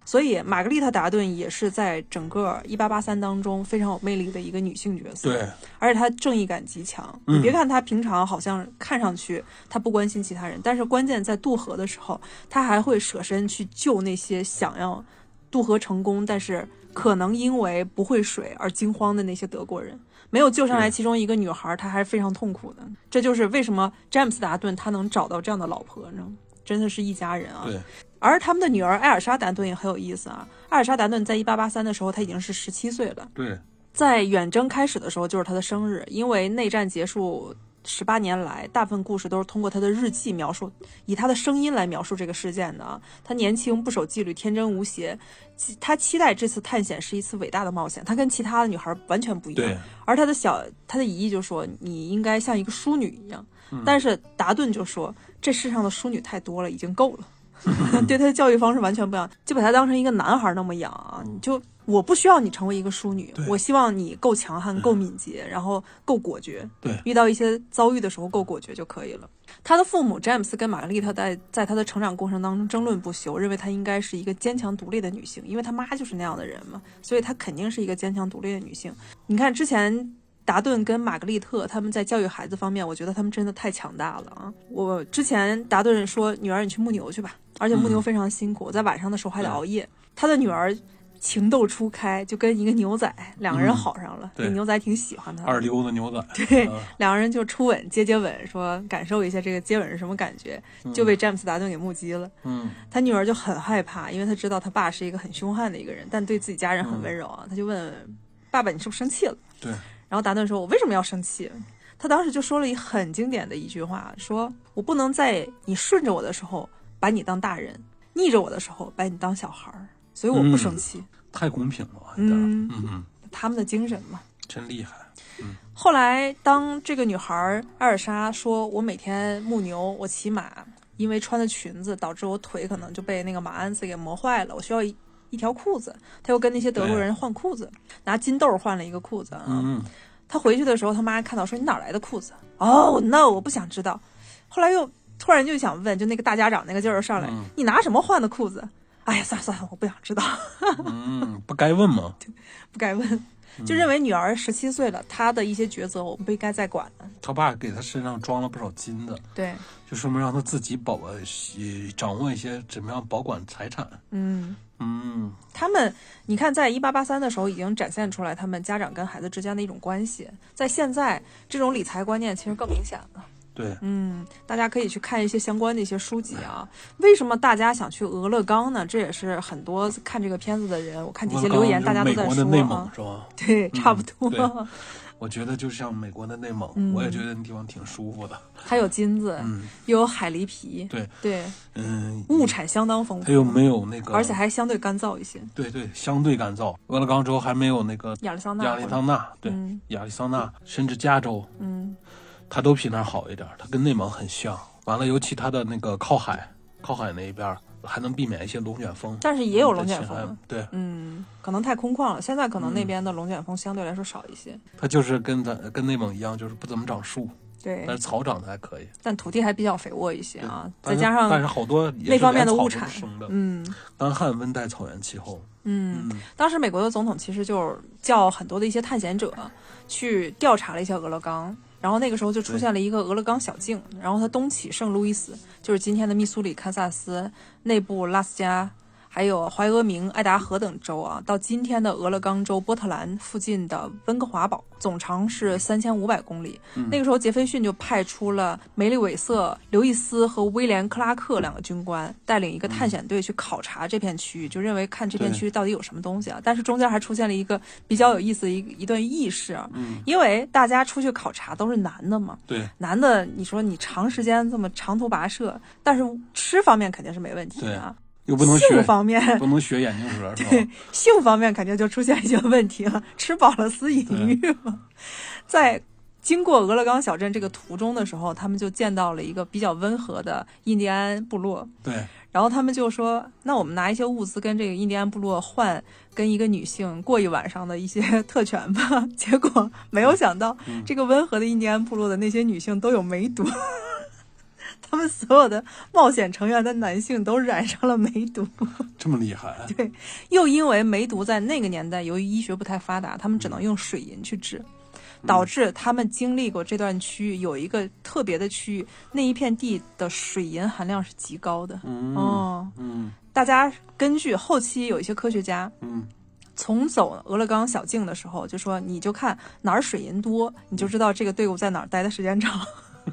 所以玛格丽特·达顿也是在整个1883当中非常有魅力的一个女性角色。 对， 而且她正义感极强。你别看她平常好像看上去她不关心其他人，但是关键在渡河的时候，她还会舍身去救那些想要渡河成功但是可能因为不会水而惊慌的那些德国人。没有救上来其中一个女孩，她还是非常痛苦的。这就是为什么詹姆斯·达顿他能找到这样的老婆，你知道吗？真的是一家人啊。 对。 而他们的女儿艾尔莎·达顿也很有意思啊。艾尔莎·达顿在1883的时候，她已经是17岁了。 对。 在远征开始的时候就是她的生日，因为内战结束18年来，大部分故事都是通过她的日记描述，以她的声音来描述这个事件的啊。她年轻、不守纪律、天真无邪，她期待这次探险是一次伟大的冒险。她跟其他的女孩完全不一样。 对。 而她的姨姨就说：“你应该像一个淑女一样。”但是达顿就说：“这世上的淑女太多了，已经够了。”对他的教育方式完全不一样，就把他当成一个男孩那么养啊！我不需要你成为一个淑女，我希望你够强悍、够敏捷，然后够果决。 对， 遇到一些遭遇的时候够果决就可以了。他的父母詹姆斯跟玛格丽特在他的成长过程当中争论不休，认为他应该是一个坚强独立的女性，因为他妈就是那样的人嘛，所以他肯定是一个坚强独立的女性。你看之前达顿跟玛格丽特他们在教育孩子方面，我觉得他们真的太强大了啊！我之前达顿说：“女儿，你去牧牛去吧。”而且牧牛非常辛苦，在晚上的时候还得熬夜。他的女儿情窦初开，就跟一个牛仔两个人好上了。那牛仔挺喜欢他的， 二流的牛仔。 对，两个人就初吻、接吻，说感受一下这个接吻是什么感觉，就被詹姆斯·达顿给目击了。他女儿就很害怕，因为他知道他爸是一个很凶悍的一个人，但对自己家人很温柔啊。他就问爸爸：“你是不是生气了？” 对。 然后达顿说：“我为什么要生气？”他当时就说了一很经典的一句话，说：“我不能在你顺着我的时候把你当大人，逆着我的时候把你当小孩，所以我不生气。” 太公平了， 他们的精神嘛， 真厉害。 后来当这个女孩艾尔莎说：“我每天牧牛，我骑马，因为穿的裙子导致我腿可能就被那个马鞍子给磨坏了，我需要一条裤子。”他又跟那些德国人换裤子，拿金豆换了一个裤子啊。他回去的时候，他妈看到说：“你哪来的裤子？”哦 ，no， 我不想知道。后来又突然就想问，就那个大家长那个劲儿上来，你拿什么换的裤子？哎呀，算了，我不想知道。 不该问吗？ 不该问，就认为女儿17岁了，她的一些抉择我们不应该再管了。 他爸给他身上装了不少金的， 对， 就说明让他自己掌握一些怎么样保管财产。 他们你看，在1883的时候已经展现出来他们家长跟孩子之间的一种关系，在现在这种理财观念其实更明显了。 对， 大家可以去看一些相关的一些书籍啊。为什么大家想去俄勒冈呢？这也是很多看这个片子的人，我看底下留言大家都在说美国的内蒙是吧？ 对，差不多。 我觉得就像美国的内蒙，我也觉得那地方挺舒服的。 还有金子，又有海狸皮，对，物产相当丰富。 它又没有那个， 而且还相对干燥一些。 对，相对干燥。俄勒冈州还没有那个亚利桑那， 对，亚利桑那，甚至加州，它都比那儿好一点。它跟内蒙很像。完了，尤其它的那个靠海那一边还能避免一些龙卷风， 但是也有龙卷风。 对， 可能太空旷了。现在可能那边的龙卷风相对来说少一些。 它就是跟内蒙一样，就是不怎么长树。 对， 但是草长得还可以， 但土地还比较肥沃一些啊，再加上但是好多那方面的物产， 干旱温带草原气候。 当时美国的总统其实就是叫很多的一些探险者去调查了一下俄勒冈，然后那个时候就出现了一个俄勒冈小径，然后它东起圣路易斯，就是今天的密苏里、堪萨斯、内部拉斯加，还有怀俄明、爱达荷等州啊，到今天的俄勒冈州波特兰附近的温哥华堡，总长是3500公里。那个时候杰斐逊就派出了梅利韦瑟、刘易斯和威廉克拉克2个军官，带领一个探险队去考察这片区域，就认为看这片区域到底有什么东西啊。但是中间还出现了一个比较有意思的一段轶事啊，因为大家出去考察都是男的嘛， 对， 男的你说你长时间这么长途跋涉，但是吃方面肯定是没问题的啊。 又不能性方面不能学眼镜蛇是吧？ 对，性方面肯定就出现一些问题了，吃饱了思淫欲嘛。在经过俄勒冈小镇这个途中的时候，他们就见到了一个比较温和的印第安部落。 对， 然后他们就说，那我们拿一些物资跟这个印第安部落换跟一个女性过一晚上的一些特权吧。结果没有想到，这个温和的印第安部落的那些女性都有梅毒。 他们所有的冒险成员的男性都染上了梅毒。 这么厉害？ 对，又因为梅毒在那个年代由于医学不太发达，他们只能用水银去治，导致他们经历过这段区域有一个特别的区域，那一片地的水银含量是极高的。大家根据后期有一些科学家，从走俄勒冈小径的时候就说，你就看哪儿水银多，你就知道这个队伍在哪儿待的时间长。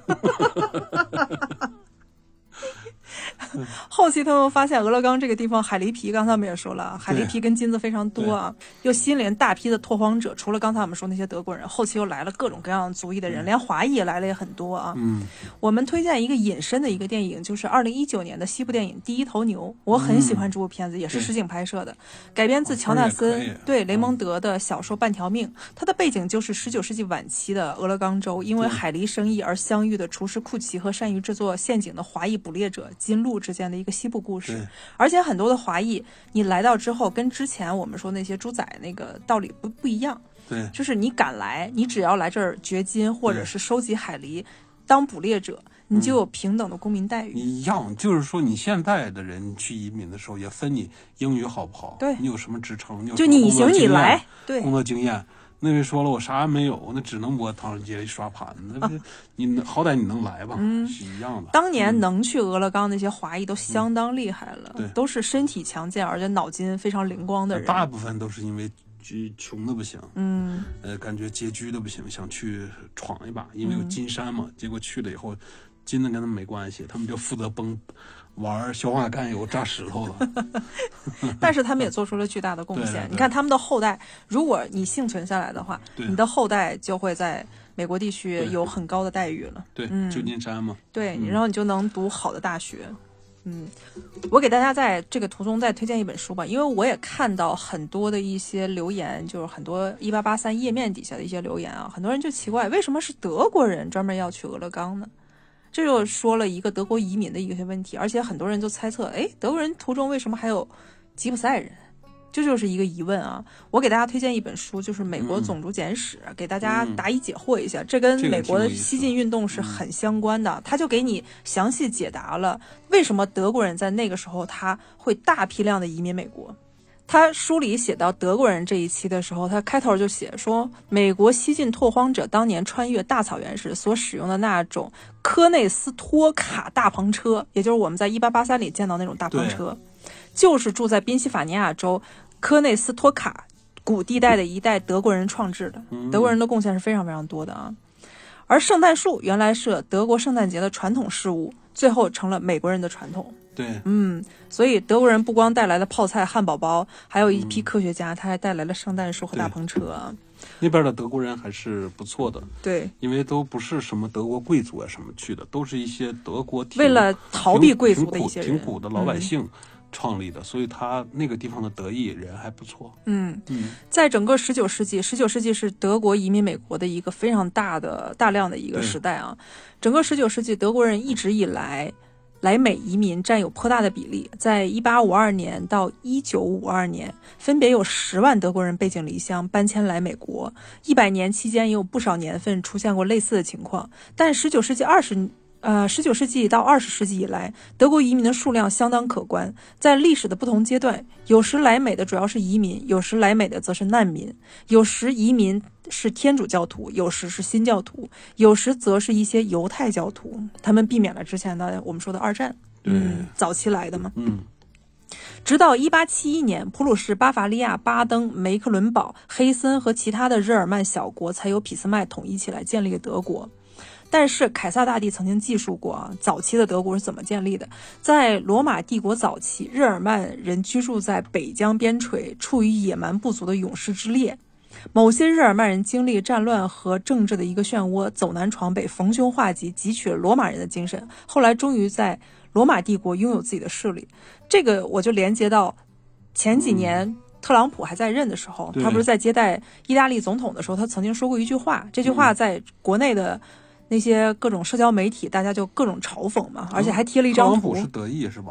后期他们发现俄勒冈这个地方海狸皮，刚才我们也说了，海狸皮跟金子非常多啊，又吸引大批的拓荒者，除了刚才我们说那些德国人，后期又来了各种各样族裔的人，连华裔也来了也很多啊。我们推荐一个隐身的一个电影，就是2019年的西部电影《第一头牛》，我很喜欢这部片子，也是实景拍摄的，改编自乔纳森对雷蒙德的小说《半条命》，它的背景就是19世纪晚期的俄勒冈州，因为海狸生意而相遇的厨师库奇和善于制作陷阱的华裔捕猎者金鹿之间的一个西部故事。而且很多的华裔，你来到之后跟之前我们说那些猪仔那个道理不一样。 对， 就是你敢来，你只要来这儿掘金或者是收集海狸当捕猎者，你就有平等的公民待遇。 一样，就是说你现在的人去移民的时候也分你英语好不好， 对， 你有什么职称， 就你行你来，对， 工作经验。那位说了我啥也没有，那只能摸唐人街里刷盘子，你好歹你能来吧，是一样的。 当年能去俄勒冈那些华裔都相当厉害了，都是身体强健而且脑筋非常灵光的人。 大部分都是因为穷的不行，感觉拮据的不行，想去闯一把，因为有金山嘛。结果去了以后，金的跟他们没关系，他们就负责玩硝化甘油炸石头了。 但是他们也做出了巨大的贡献。你看他们的后代，如果你幸存下来的话，你的后代就会在美国地区有很高的待遇了。 对，旧金山嘛。 对，然后你就能读好的大学。我给大家在这个途中再推荐一本书吧，因为我也看到很多的一些留言，就是很多1883页面底下的一些留言啊，很多人就奇怪，为什么是德国人专门要去俄勒冈呢？这就说了一个德国移民的一些问题，而且很多人就猜测，德国人途中为什么还有吉普赛人？这就是一个疑问啊！我给大家推荐一本书，就是《美国种族简史》，给大家答疑解惑一下。这跟美国的西进运动是很相关的，他就给你详细解答了为什么德国人在那个时候他会大批量的移民美国。他书里写到德国人这一期的时候，他开头就写说，美国西进拓荒者当年穿越大草原时所使用的那种科内斯托卡大篷车，也就是我们在1883里见到那种大篷车，就是住在宾夕法尼亚州科内斯托卡谷地带的一代德国人创制的。德国人的贡献是非常非常多的啊。而圣诞树原来是德国圣诞节的传统事物，最后成了美国人的传统。 对， 所以德国人不光带来了泡菜、汉堡包，还有一批科学家，他还带来了圣诞树和大篷车啊。 那边的德国人还是不错的， 对， 因为都不是什么德国贵族啊什么去的，都是一些德国为了逃避贵族的一些人， 挺苦的老百姓创立的，所以他那个地方的德裔人还不错。 在整个19世纪，19世纪是德国移民美国的一个非常大量的一个时代啊。整个19世纪，德国人一直以来美移民占有颇大的比例，在1852年到1952年，分别有10万德国人背井离乡搬迁来美国。100年期间也有不少年份出现过类似的情况。但19世纪到20世纪以来，德国移民的数量相当可观。在历史的不同阶段，有时来美的主要是移民，有时来美的则是难民，有时移民是天主教徒，有时是新教徒，有时则是一些犹太教徒。他们避免了之前的我们说的二战，早期来的嘛。直到1871年，普鲁士、巴伐利亚、巴登、梅克伦堡、黑森和其他的日耳曼小国才由俾斯麦统一起来建立了德国。但是凯撒大帝曾经记述过早期的德国是怎么建立的。在罗马帝国早期，日耳曼人居住在北疆边陲，处于野蛮部族的勇士之列。某些日耳曼人经历战乱和政治的一个漩涡，走南闯北，逢凶化吉，汲取了罗马人的精神，后来终于在罗马帝国拥有自己的势力。这个我就连接到前几年特朗普还在任的时候，他不是在接待意大利总统的时候，他曾经说过一句话，这句话在国内的那些各种社交媒体大家就各种嘲讽嘛，而且还贴了一张图。 特朗普是德裔是吧？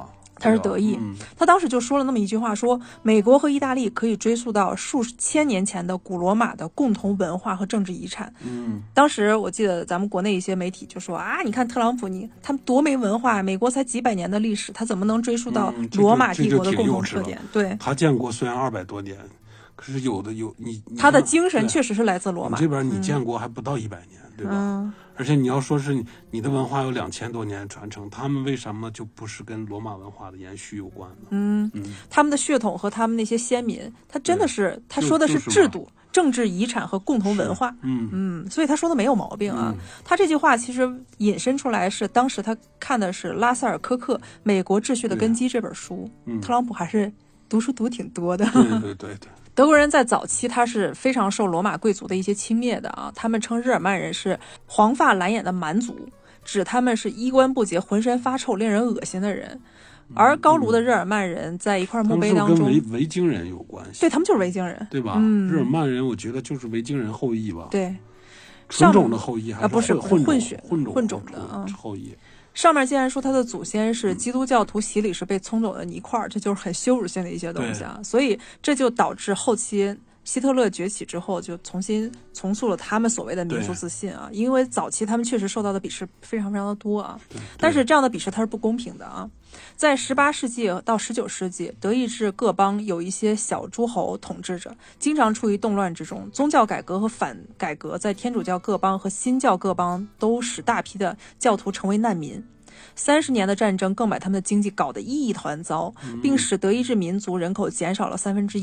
他是德裔。他当时就说了那么一句话，说美国和意大利可以追溯到数千年前的古罗马的共同文化和政治遗产。当时我记得咱们国内一些媒体就说啊，你看特朗普他们多没文化，美国才几百年的历史，他怎么能追溯到罗马帝国的共同特点？对， 他建国虽然200多年，可是有他的精神确实是来自罗马。 这边你建国还不到100年，对吧？而且你要说是你的文化有2000多年传承，他们为什么就不是跟罗马文化的延续有关呢？ 他们的血统和他们那些先民，他真的是他说的是制度、政治遗产和共同文化。所以他说的没有毛病啊。他这句话其实引申出来是当时他看的是拉塞尔科克《美国秩序的根基》这本书。特朗普还是读书读挺多的。 对。 德国人在早期他是非常受罗马贵族的一些轻蔑的啊，他们称日耳曼人是黄发蓝眼的蛮族，指他们是衣冠不洁、浑身发臭、令人恶心的人。而高卢的日耳曼人在一块墓碑当中， 跟维京人有关系。 对，他们就是维京人， 对吧？日耳曼人我觉得就是维京人后裔吧。 对， 纯种的后裔还是不是混种的后裔。 上面既然说他的祖先是基督教徒洗礼时被冲走的泥块，这就是很羞辱性的一些东西啊，所以这就导致后期希特勒崛起之后就重新重塑了他们所谓的民族自信啊，因为早期他们确实受到的鄙视非常非常的多啊，但是这样的鄙视它是不公平的啊。在18世纪到19世纪，德意志各邦有一些小诸侯统治着，经常处于动乱之中。宗教改革和反改革在天主教各邦和新教各邦都使大批的教徒成为难民。30年的战争更把他们的经济搞得一团糟，并使德意志民族人口减少了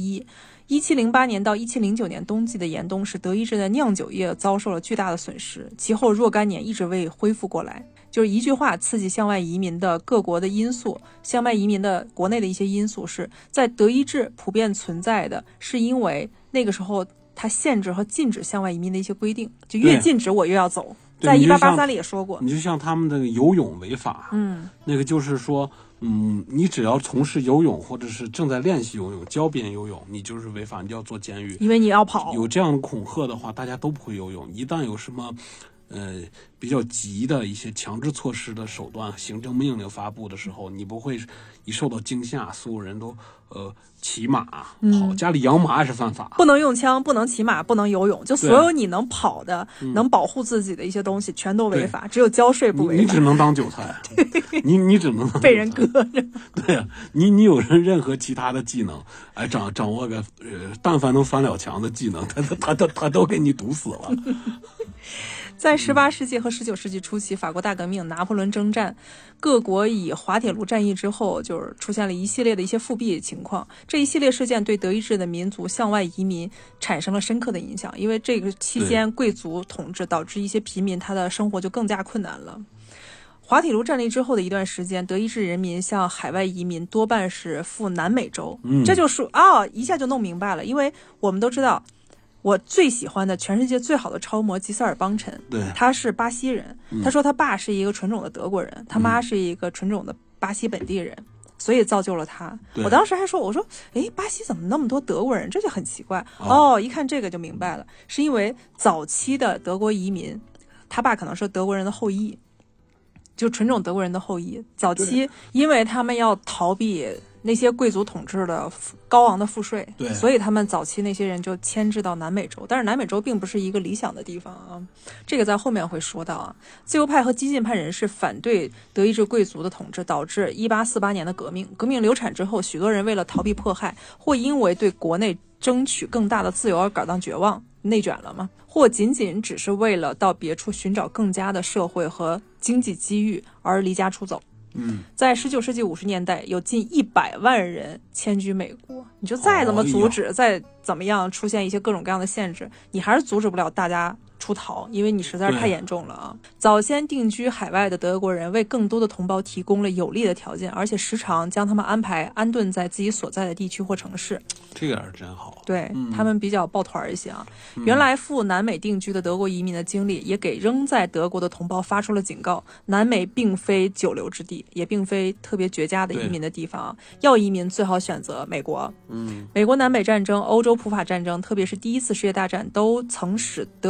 1/3。1708年到1709年冬季的严冬使德意志的酿酒业遭受了巨大的损失，其后若干年一直未恢复过来。就是一句话，刺激向外移民的各国的因素，向外移民的国内的一些因素是在德意志普遍存在的，是因为那个时候它限制和禁止向外移民的一些规定，就越禁止我越要走。在1883里也说过， 你就像他们的游泳违法，那个就是说，你只要从事游泳或者是正在练习游泳、教别人游泳，你就是违法，你就要坐监狱， 因为你要跑。有这样的恐吓的话，大家都不会游泳。一旦有什么比较急的一些强制措施的手段、行政命令发布的时候，你不会一受到惊吓，所有人都骑马跑，家里养马也是犯法， 不能用枪，不能骑马，不能游泳，就所有你能跑的、能保护自己的一些东西全都违法，只有交税不违法。 你只能当韭菜，你只能被人割着。 对啊，你有任何其他的技能，掌握个但凡能翻了墙的技能，他都给你堵死了。 在18世纪和19世纪初期，法国大革命、拿破仑征战，各国以滑铁卢战役之后，就是出现了一系列的一些复辟情况。这一系列事件对德意志的民族向外移民产生了深刻的影响，因为这个期间贵族统治导致一些平民他的生活就更加困难了。滑铁卢战役之后的一段时间，德意志人民向海外移民多半是赴南美洲，这就是一下就弄明白了，因为我们都知道。我最喜欢的全世界最好的超模吉塞尔邦辰，他是巴西人，他说他爸是一个纯种的德国人，他妈是一个纯种的巴西本地人，所以造就了他。我当时还说，我说巴西怎么那么多德国人，这就很奇怪。一看这个就明白了，是因为早期的德国移民，他爸可能是德国人的后裔，就纯种德国人的后裔。早期因为他们要逃避那些贵族统治的高昂的赋税，所以他们早期那些人就迁至到南美洲，但是南美洲并不是一个理想的地方啊，这个在后面会说到啊。自由派和激进派人士反对德意志贵族的统治，导致1848年的革命。革命流产之后，许多人为了逃避迫害，或因为对国内争取更大的自由而感到绝望，内卷了吗？或仅仅只是为了到别处寻找更佳的社会和经济机遇而离家出走。在19世纪50年代，有近100万人迁居美国。你就再怎么阻止，再怎么样出现一些各种各样的限制，你还是阻止不了大家出逃，因为你实在是太严重了啊！早先定居海外的德国人为更多的同胞提供了有利的条件，而且时常将他们安顿在自己所在的地区或城市。 这个是真好。 对，他们比较抱团一些啊。原来赴南美定居的德国移民的经历，也给仍在德国的同胞发出了警告：南美并非久留之地，也并非特别绝佳的移民的地方。要移民最好选择美国。美国南北战争、欧洲普法战争，特别是第一次世界大战，都曾使德国人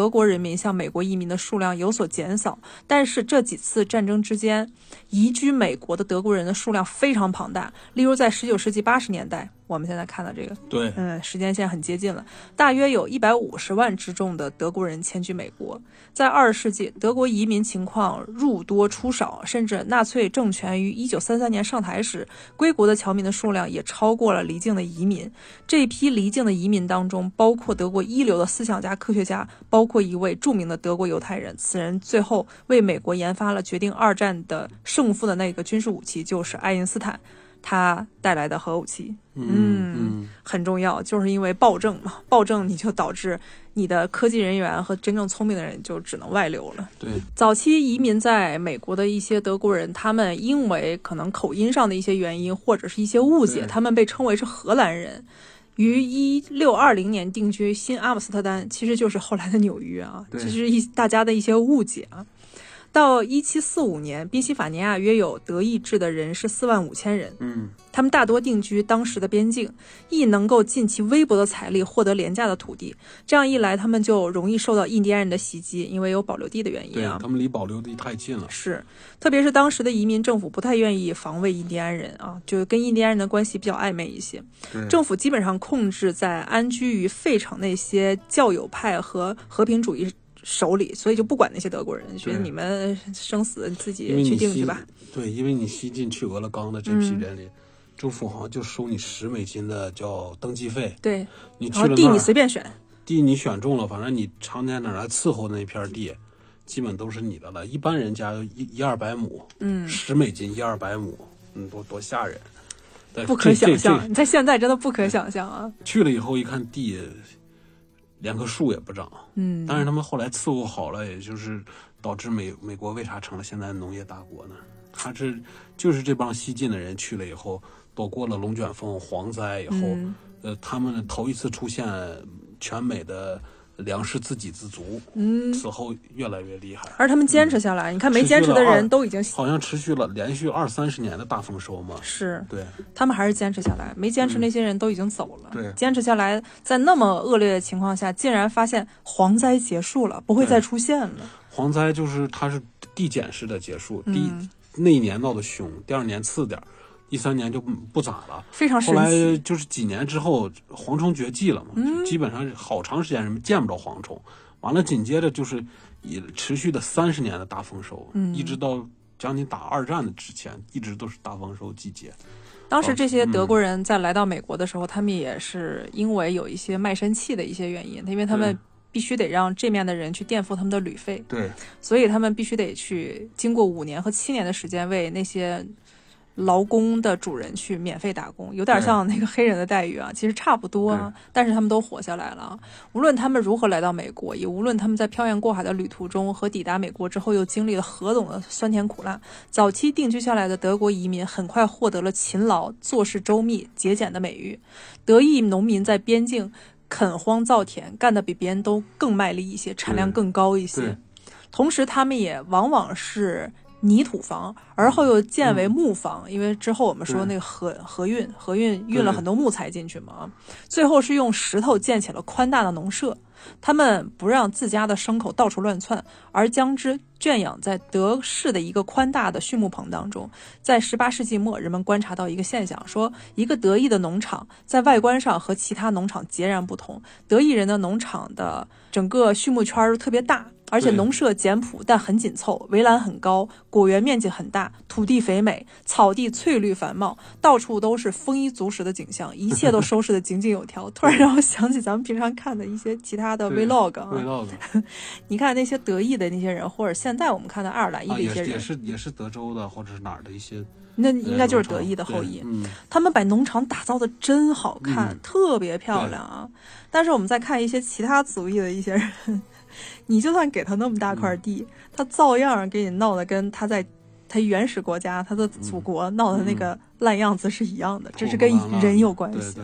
民向美国移民的数量有所减少，但是这几次战争之间，移居美国的德国人的数量非常庞大。例如在19世纪80年代，我们现在看到这个， 对， 时间线很接近了，大约有150万之众的德国人迁居美国。在20世纪，德国移民情况入多出少，甚至纳粹政权于1933年上台时，归国的侨民的数量也超过了离境的移民。这一批离境的移民当中，包括德国一流的思想家、科学家，包括一位著名的德国犹太人。此人最后为美国研发了决定二战的胜负的那个军事武器，就是爱因斯坦他带来的核武器。很重要，就是因为暴政嘛，暴政你就导致你的科技人员和真正聪明的人就只能外流了。 对， 早期移民在美国的一些德国人，他们因为可能口音上的一些原因，或者是一些误解，他们被称为是荷兰人。于1620年定居新阿姆斯特丹，其实就是后来的纽约啊，这是大家的一些误解啊。到1745年，宾夕法尼亚约有德意志的人是45000人，他们大多定居当时的边境，亦能够尽其微薄的财力获得廉价的土地。这样一来，他们就容易受到印第安人的袭击，因为有保留地的原因啊。 对，他们离保留地太近了。 是，特别是当时的移民政府不太愿意防卫印第安人啊，就跟印第安人的关系比较暧昧一些。政府基本上控制在安居于费城那些教友派和和平主义手里，所以就不管那些德国人，觉得你们生死自己去定去吧。 对，因为你西进去俄勒冈的这批人里，政府好像就收你$10的叫登记费。 对， 你去了然后地你随便选， 地你选中了，反正你常年哪来伺候的那片地，基本都是你的了。一般人家100-200亩，$10，1-200亩，多吓人！ 不可想象，你在现在真的不可想象啊！ 去了以后一看地，连棵树也不长。但是他们后来伺候好了，也就是导致美国为啥成了现在的农业大国呢？就是这帮西进的人去了以后，躲过了龙卷风、蝗灾以后，他们头一次出现全美的粮食自给自足，此后越来越厉害。 而他们坚持下来，你看没坚持的人都已经好像持续了连续20-30年的大丰收嘛。 是， 对， 他们还是坚持下来，没坚持那些人都已经走了。 对， 坚持下来，在那么恶劣的情况下，竟然发现蝗灾结束了，不会再出现了。 蝗灾就是它是递减式的结束，那一年闹得凶，第2年次点，第3年就不咋了， 非常神奇。 后来就是几年之后，蝗虫绝迹了嘛，基本上好长时间人们见不着蝗虫。完了，紧接着就是以持续的30年的大丰收，一直到将近打2战的之前，一直都是大丰收季节。 当时这些德国人在来到美国的时候，他们也是因为有一些卖身契的一些原因，因为他们必须得让这面的人去垫付他们的旅费， 对， 所以他们必须得去经过5年和7年的时间为那些劳工的主人去免费打工，有点像那个黑人的待遇啊，其实差不多啊，但是他们都活下来了。无论他们如何来到美国，也无论他们在漂洋过海的旅途中和抵达美国之后又经历了何种的酸甜苦辣，早期定居下来的德国移民很快获得了勤劳、做事周密、节俭的美誉。德裔农民在边境垦荒造田，干得比别人都更卖力一些，产量更高一些。同时他们也往往是泥土房，而后又建为木房，因为之后我们说那个河运运了很多木材进去嘛，最后是用石头建起了宽大的农舍。他们不让自家的牲口到处乱窜，而将之圈养在德式的一个宽大的畜牧棚当中。在18世纪末，人们观察到一个现象，说一个德意的农场在外观上和其他农场截然不同。德意人的农场的整个畜牧圈特别大，而且农舍简朴但很紧凑，围栏很高，果园面积很大，土地肥美，草地翠绿繁茂，到处都是丰衣足食的景象，一切都收拾得井井有条。突然让我想起咱们平常看的一些其他的 vlog 啊，你看那些德意的那些人，或者现在我们看到爱尔兰裔的一些人， 也是德州的或者是哪儿的一些， 那应该就是德意的后裔。他们把农场打造的真好看，特别漂亮啊。但是我们再看一些其他族裔的一些人，你就算给他那么大块地，他照样给你闹得跟他在他原始国家他的祖国闹的那个烂样子是一样的，这是跟人有关系啊。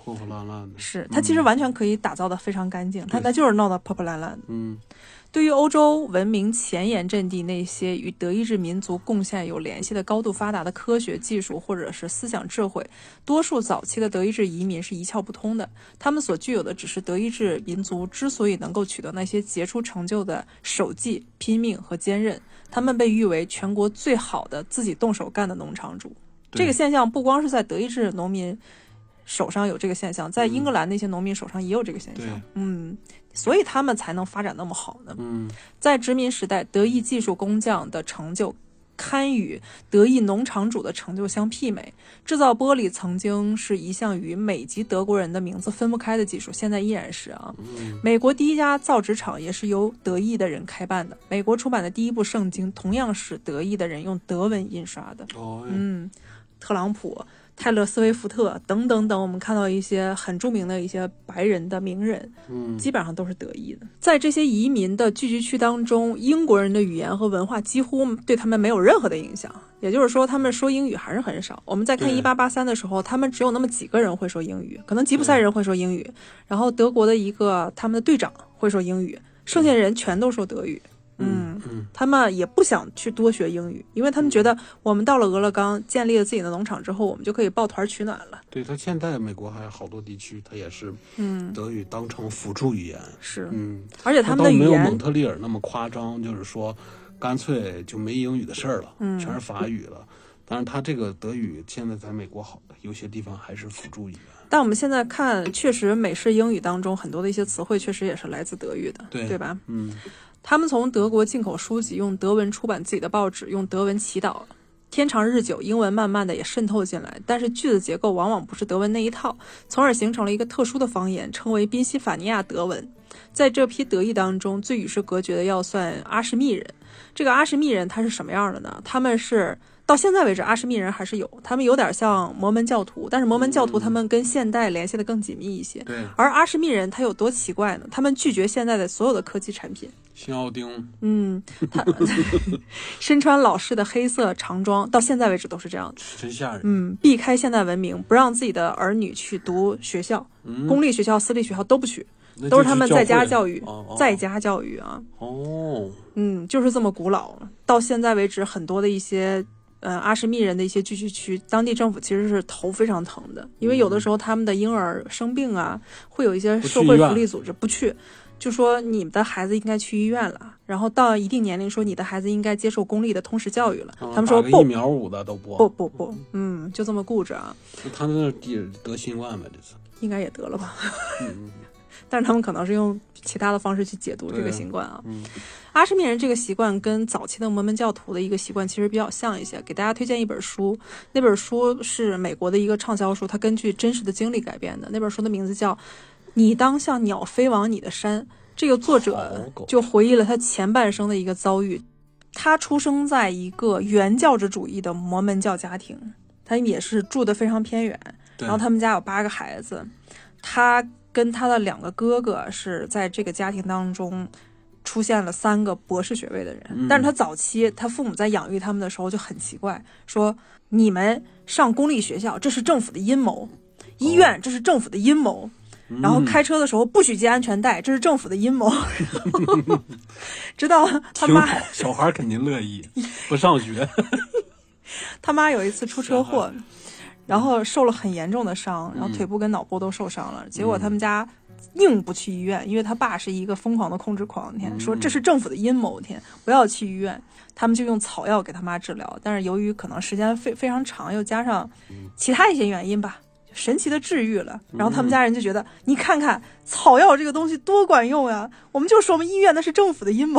破破烂烂的。 是它其实完全可以打造的非常干净，它就是闹得破破烂烂的。 嗯， 对于欧洲文明前沿阵地那些与德意志民族贡献有联系的高度发达的科学技术或者是思想智慧，多数早期的德意志移民是一窍不通的。他们所具有的只是德意志民族之所以能够取得那些杰出成就的守纪、拼命和坚韧。他们被誉为全国最好的自己动手干的农场主。这个现象不光是在德意志农民手上有这个现象，在英格兰那些农民手上也有这个现象。所以他们才能发展那么好呢。在殖民时代，德意技术工匠的成就堪与德意农场主的成就相媲美。制造玻璃曾经是一项与美籍德国人的名字分不开的技术，现在依然是啊。美国第一家造纸厂也是由德意的人开办的。美国出版的第一部圣经同样是德意的人用德文印刷的。特朗普、泰勒·斯威夫特等等等，我们看到一些很著名的一些白人的名人，基本上都是德裔的。在这些移民的聚居区当中，英国人的语言和文化几乎对他们没有任何的影响，也就是说他们说英语还是很少。我们在看1883的时候，他们只有那么几个人会说英语，可能吉普赛人会说英语，然后德国的一个他们的队长会说英语，剩下人全都说德语。他们也不想去多学英语，因为他们觉得我们到了俄勒冈建立了自己的农场之后，我们就可以抱团取暖了。 对，他现在美国还有好多地区，他也是德语当成辅助语言。 是，而且他们的语言没有蒙特利尔那么夸张，就是说干脆就没英语的事儿了，全是法语了。当然，他这个德语现在在美国好，有些地方还是辅助语言。 但我们现在看，确实美式英语当中很多的一些词汇，确实也是来自德语的，对吧？他们从德国进口书籍，用德文出版自己的报纸，用德文祈祷。天长日久，英文慢慢的也渗透进来，但是句子结构往往不是德文那一套，从而形成了一个特殊的方言，称为宾夕法尼亚德文。在这批德裔当中，最与世隔绝的要算阿什密人。这个阿什密人他是什么样的呢？他们是到现在为止，阿什密人还是有，他们有点像摩门教徒，但是摩门教徒他们跟现代联系的更紧密一些。而阿什密人他有多奇怪呢？他们拒绝现在的所有的科技产品。 新奥丁， 他身穿老式的黑色长装，到现在为止都是这样的， 真吓人。 避开现代文明，不让自己的儿女去读学校，公立学校、私立学校都不去，都是他们在家教育，在家教育啊。就是这么古老。到现在为止，很多的一些阿什密人的一些聚居区，当地政府其实是头非常疼的，因为有的时候他们的婴儿生病啊，会有一些社会福利组织不去。就说你的孩子应该去医院了，然后到一定年龄说你的孩子应该接受公立的通识教育了。他们说不， 疫苗5的都不， 就这么固执啊。 他那得新冠呗，这次应该也得了吧？但是他们可能是用其他的方式去解读这个新冠啊。阿什密人这个习惯跟早期的摩门教徒的一个习惯其实比较像一些。给大家推荐一本书，那本书是美国的一个畅销书，它根据真实的经历改编的。那本书的名字叫你当像鸟飞往你的山。这个作者就回忆了他前半生的一个遭遇。他出生在一个原教旨主义的摩门教家庭，他也是住得非常偏远，然后他们家有8个孩子，他跟他的2个哥哥是在这个家庭当中出现了3个博士学位的人。但是他早期他父母在养育他们的时候就很奇怪，说你们上公立学校这是政府的阴谋，医院这是政府的阴谋，然后开车的时候不许系安全带，这是政府的阴谋。直到他妈， 小孩肯定乐意，不上学。 他妈有一次出车祸，然后受了很严重的伤，然后腿部跟脑部都受伤了。结果他们家硬不去医院，因为他爸是一个疯狂的控制狂，说这是政府的阴谋，不要去医院。他们就用草药给他妈治疗，但是由于可能时间非常长，又加上其他一些原因吧，神奇的治愈了。然后他们家人就觉得你看看草药这个东西多管用呀，我们就说我们医院那是政府的阴谋。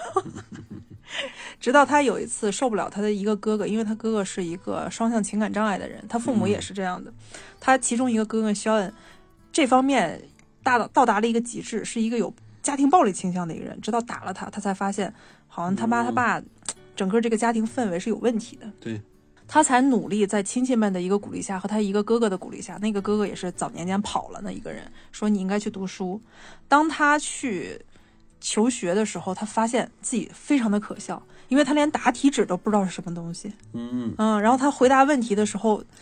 直到他有一次受不了他的一个哥哥，因为他哥哥是一个双向情感障碍的人，他父母也是这样的。他其中一个哥哥肖恩这方面到达了一个极致，是一个有家庭暴力倾向的一个人。直到打了他才发现好像他妈他爸整个这个家庭氛围是有问题的。 对， 他才努力在亲戚们的一个鼓励下和他一个哥哥的鼓励下，那个哥哥也是早年间跑了的一个人，说你应该去读书。当他去求学的时候，他发现自己非常的可笑，因为他连答题纸都不知道是什么东西。然后他回答问题的时候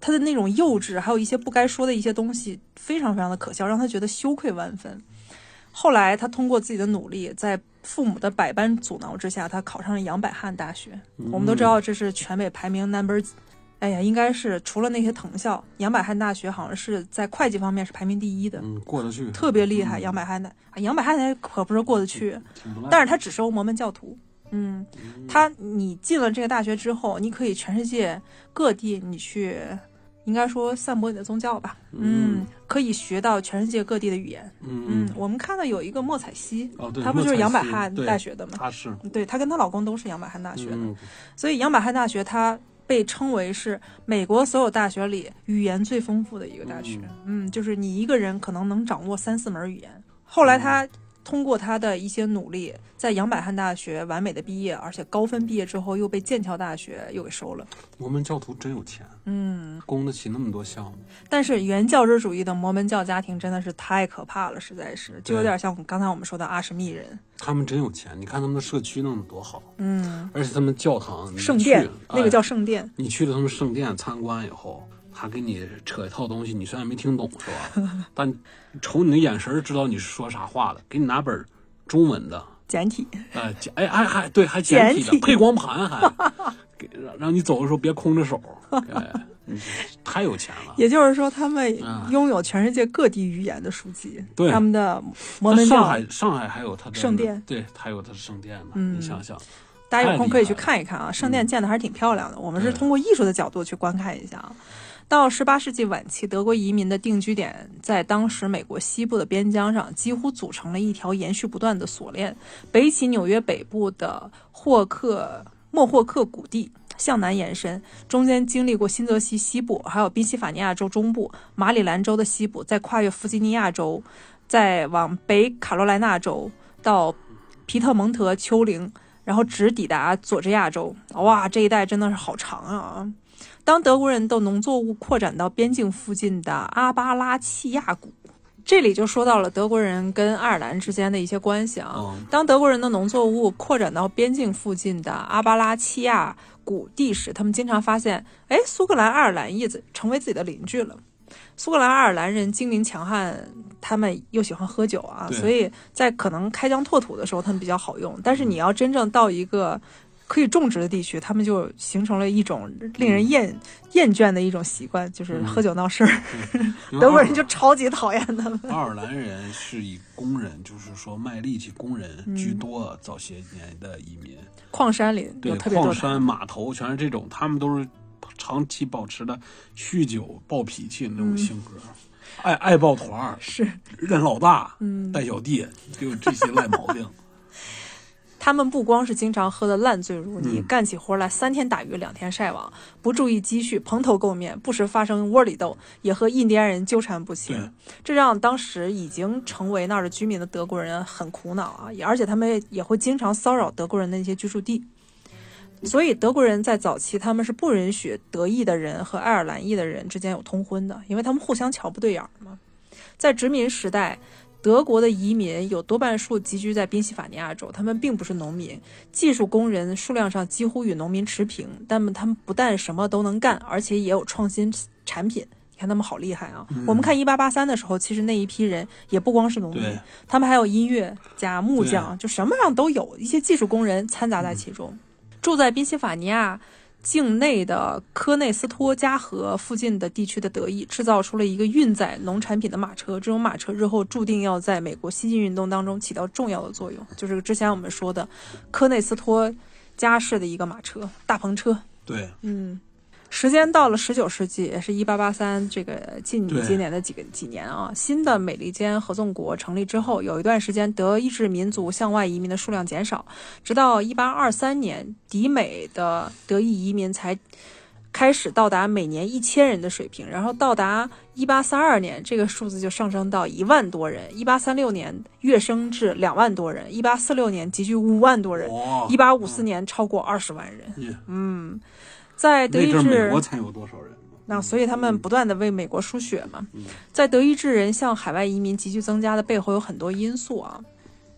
他的那种幼稚，还有一些不该说的一些东西，非常非常的可笑，让他觉得羞愧万分。后来他通过自己的努力，在父母的百般阻挠之下，他考上了杨百翰大学。我们都知道这是全美排名 number， 哎呀，应该是除了那些藤校，杨百翰大学好像是在会计方面是排名第一的， 过得去， 特别厉害。杨百翰可不是过得去，但是他只收摩门教徒。你进了这个大学之后，你可以全世界各地你去，应该说散播你的宗教吧。可以学到全世界各地的语言。我们看到有一个莫彩希，她不就是杨百翰大学的吗？ 她是， 对，她跟她老公都是杨百翰大学的。所以杨百翰大学它被称为是美国所有大学里语言最丰富的一个大学。就是你一个人可能能掌握3-4门语言。后来他通过他的一些努力，在杨百翰大学完美的毕业，而且高分毕业之后，又被剑桥大学又给收了。 摩门教徒真有钱，供得起那么多项目。 但是原教旨主义的摩门教家庭真的是太可怕了，实在是就有点像刚才我们说的阿什密人。 他们真有钱，你看他们的社区弄得多好。而且他们教堂圣殿，那个叫圣殿， 你去了他们圣殿参观以后，他给你扯一套东西，你虽然没听懂是吧？但瞅你的眼神知道你是说啥话的，给你拿本中文的简体， 对，还简体的，配光盘还让你走的时候别空着手，太有钱了。 也就是说，他们拥有全世界各地语言的书籍。 对， 他们的摩门教， 上海还有他的圣殿， 对，还有他的圣殿呢。你想想， 大家有空可以去看一看啊，圣殿建的还是挺漂亮的。我们是通过艺术的角度去观看一下啊。到18世纪晚期，德国移民的定居点在当时美国西部的边疆上，几乎组成了一条延续不断的锁链，北起纽约北部的莫霍克谷地，向南延伸，中间经历过新泽西西部，还有宾夕法尼亚州中部、马里兰州的西部，再跨越弗吉尼亚州，再往北卡罗来纳州到皮特蒙特丘陵，然后直抵达佐治亚州。哇，这一带真的是好长啊！当德国人的农作物扩展到边境附近的阿巴拉契亚谷，这里就说到了德国人跟爱尔兰之间的一些关系啊。当德国人的农作物扩展到边境附近的阿巴拉契亚谷地时，他们经常发现，苏格兰爱尔兰裔成为自己的邻居了。苏格兰爱尔兰人精明强悍，他们又喜欢喝酒啊，所以在可能开疆拓土的时候他们比较好用。但是你要真正到一个可以种植的地区，他们就形成了一种令人厌倦的一种习惯，就是喝酒闹事儿。德国人就超级讨厌他们。 爱尔兰人是以工人，就是说卖力气工人居多，早些年的移民。 矿山里有特别多的， 矿山码头全是这种，他们都是长期保持的酗酒、暴脾气那种性格，爱抱团， 是认老大，带小弟，就有这些赖毛病。 他们不光是经常喝得烂醉如泥，干起活来3天打鱼2天晒网，不注意积蓄，蓬头垢面，不时发生窝里斗，也和印第安人纠缠不清。这让当时已经成为那儿的居民的德国人很苦恼啊！而且他们也会经常骚扰德国人的一些居住地。所以德国人在早期他们是不允许德裔的人和爱尔兰裔的人之间有通婚的，因为他们互相瞧不对眼嘛。在殖民时代，德国的移民有多半数集居在宾夕法尼亚州，他们并不是农民，技术工人数量上几乎与农民持平，但他们不但什么都能干，而且也有创新产品。你看他们好厉害啊！我们看1883的时候，其实那一批人也不光是农民，他们还有音乐家、木匠，就什么样都有，一些技术工人掺杂在其中。住在宾夕法尼亚境内的科内斯托加河附近的地区的德裔制造出了一个运载农产品的马车，这种马车日后注定要在美国西进运动当中起到重要的作用，就是之前我们说的科内斯托加式的一个马车，大篷车。 对， 时间到了19世纪，也是1883这个近今年的几年啊，新的美利坚合众国成立之后，有一段时间德意志民族向外移民的数量减少，直到1823年，抵美的德裔移民才开始到达每年1000人的水平，然后到达1832年，这个数字就上升到1万多人，1836年跃升至2万多人，1846年急剧5万多人，1854年超过20万人。在德意志， 美国才有多少人？ 那所以他们不断的为美国输血嘛。在德意志人向海外移民急剧增加的背后有很多因素啊。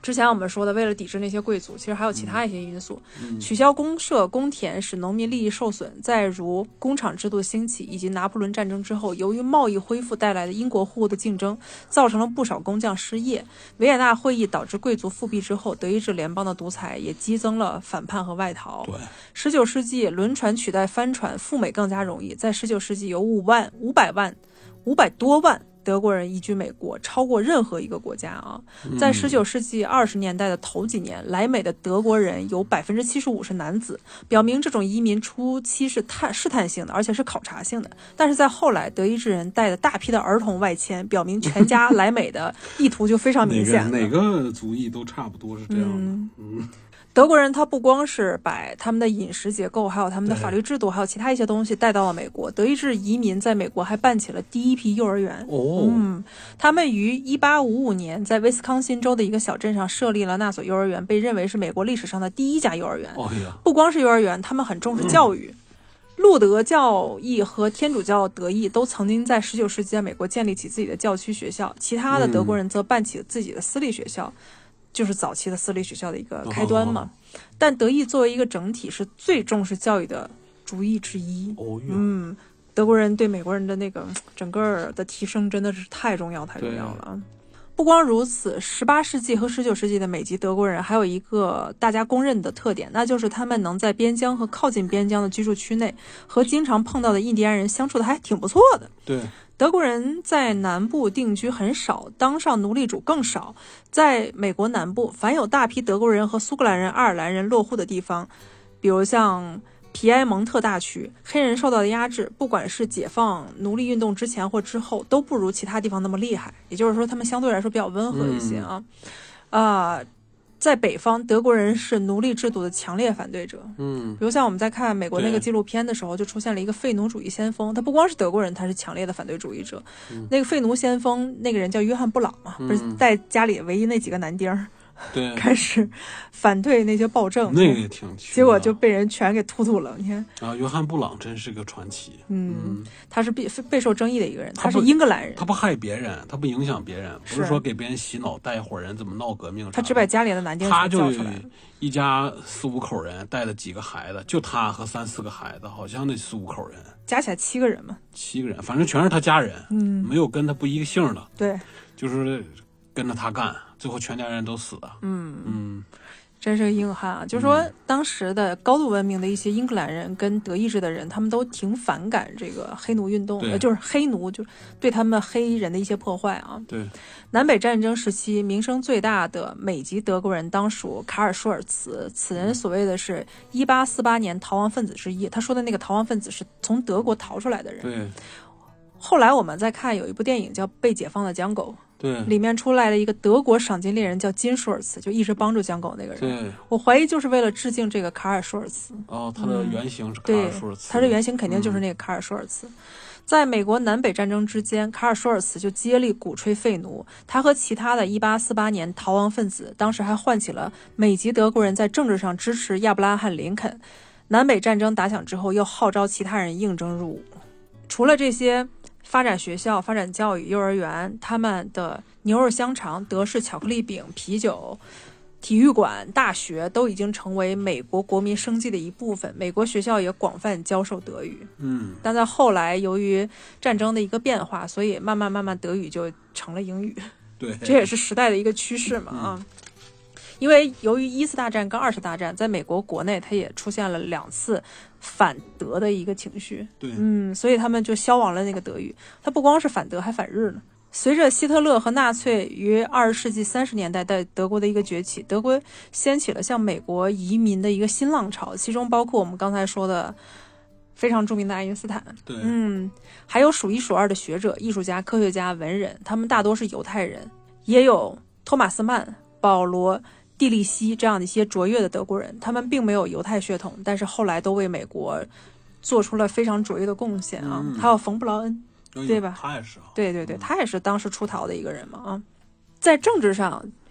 之前我们说的，为了抵制那些贵族，其实还有其他一些因素，取消公社、公田，使农民利益受损。再如工厂制度兴起，以及拿破仑战争之后，由于贸易恢复带来的英国货物的竞争，造成了不少工匠失业。维也纳会议导致贵族复辟之后，德意志联邦的独裁也激增了反叛和外逃。 对 ，19世纪轮船取代帆船，赴美更加容易。在19世纪有500多万德国人移居美国，超过任何一个国家啊！在19世纪20年代的头几年，来美的德国人有75%是男子，表明这种移民初期是试探性的，而且是考察性的。但是在后来，德意志人带着大批的儿童外迁，表明全家来美的意图就非常明显了。 哪个族裔都差不多是这样的。 德国人他不光是把他们的饮食结构，还有他们的法律制度，还有其他一些东西带到了美国。德意志移民在美国还办起了第一批幼儿园。他们于1855年在威斯康辛州的一个小镇上设立了那所幼儿园，被认为是美国历史上的第一家幼儿园。不光是幼儿园，他们很重视教育。路德教义和天主教德裔都曾经在19世纪在美国建立起自己的教区学校，其他的德国人则办起了自己的私立学校。就是早期的私立学校的一个开端嘛。但德意作为一个整体是最重视教育的族裔之一。德国人对美国人的那个整个的提升真的是太重要了。不光如此，18世纪和19世纪的美籍德国人还有一个大家公认的特点，那就是他们能在边疆和靠近边疆的居住区内和经常碰到的印第安人相处的还挺不错的。 对， 德国人在南部定居很少，当上奴隶主更少。在美国南部，凡有大批德国人和苏格兰人、爱尔兰人落户的地方，比如像皮埃蒙特大区，黑人受到的压制，不管是解放奴隶运动之前或之后，都不如其他地方那么厉害。也就是说，他们相对来说比较温和一些啊。在北方，德国人是奴隶制度的强烈反对者。比如像我们在看美国那个纪录片的时候，就出现了一个废奴主义先锋。他不光是德国人，他是强烈的反对主义者。那个废奴先锋那个人叫约翰布朗嘛，不是在家里唯一那几个男丁儿。 对， 开始反对那些暴政， 那个也挺结果就被人全给突了。你看啊，约翰布朗真是个传奇。 他是备受争议的一个人，他是英格兰人， 他不害别人，他不影响别人，不是说给别人洗脑，带一伙人怎么闹革命。 他只把家里的男丁他就出来。 一家4、5口人，带了几个孩子，就他和3、4个孩子，好像那4、5口人加起来7个人嘛 ，7个人，反正全是他家人，没有跟他不一个姓的。 对， 就是跟着他干，最后全家人都死了。 真是个硬汉啊！就是说，当时的高度文明的一些英格兰人跟德意志的人，他们都挺反感这个黑奴运动的，就是黑奴，就对他们黑人的一些破坏啊。 对， 南北战争时期，名声最大的美籍德国人当属卡尔舒尔茨，此人所谓的是1848年逃亡分子之一。他说的那个逃亡分子是从德国逃出来的人。 对。 后来我们再看有一部电影叫《被解放的江狗》， 对， 里面出来了一个德国赏金猎人叫金舒尔茨，就一直帮助江狗那个人。 对， 我怀疑就是为了致敬这个卡尔舒尔茨。 他的原型是卡尔舒尔茨。 他的原型肯定就是那个卡尔舒尔茨。在美国南北战争之间，卡尔舒尔茨就接力鼓吹废奴，他和其他的1848年逃亡分子，当时还唤起了美籍德国人在政治上支持亚伯拉罕·林肯。南北战争打响之后，又号召其他人应征入伍。除了这些发展学校、发展教育、幼儿园，他们的牛肉香肠、德式巧克力饼、啤酒、体育馆、大学都已经成为美国国民生计的一部分。美国学校也广泛教授德语。但在后来由于战争的一个变化，所以慢慢德语就成了英语。 对， 这也是时代的一个趋势嘛因为由于1次大战跟2次大战，在美国国内它也出现了2次反德的一个情绪。 对， 所以他们就消亡了那个德语。它不光是反德，还反日呢。随着希特勒和纳粹于20世纪30年代在德国的一个崛起，德国掀起了向美国移民的一个新浪潮，其中包括我们刚才说的非常著名的爱因斯坦。 对， 还有数一数二的学者、艺术家、科学家、文人，他们大多是犹太人，也有托马斯曼、保罗蒂利希这样的一些卓越的德国人，他们并没有犹太血统，但是后来都为美国做出了非常卓越的贡献啊。还有冯布劳恩，对吧？ 他也是。 对，他也是当时出逃的一个人嘛啊。在政治上，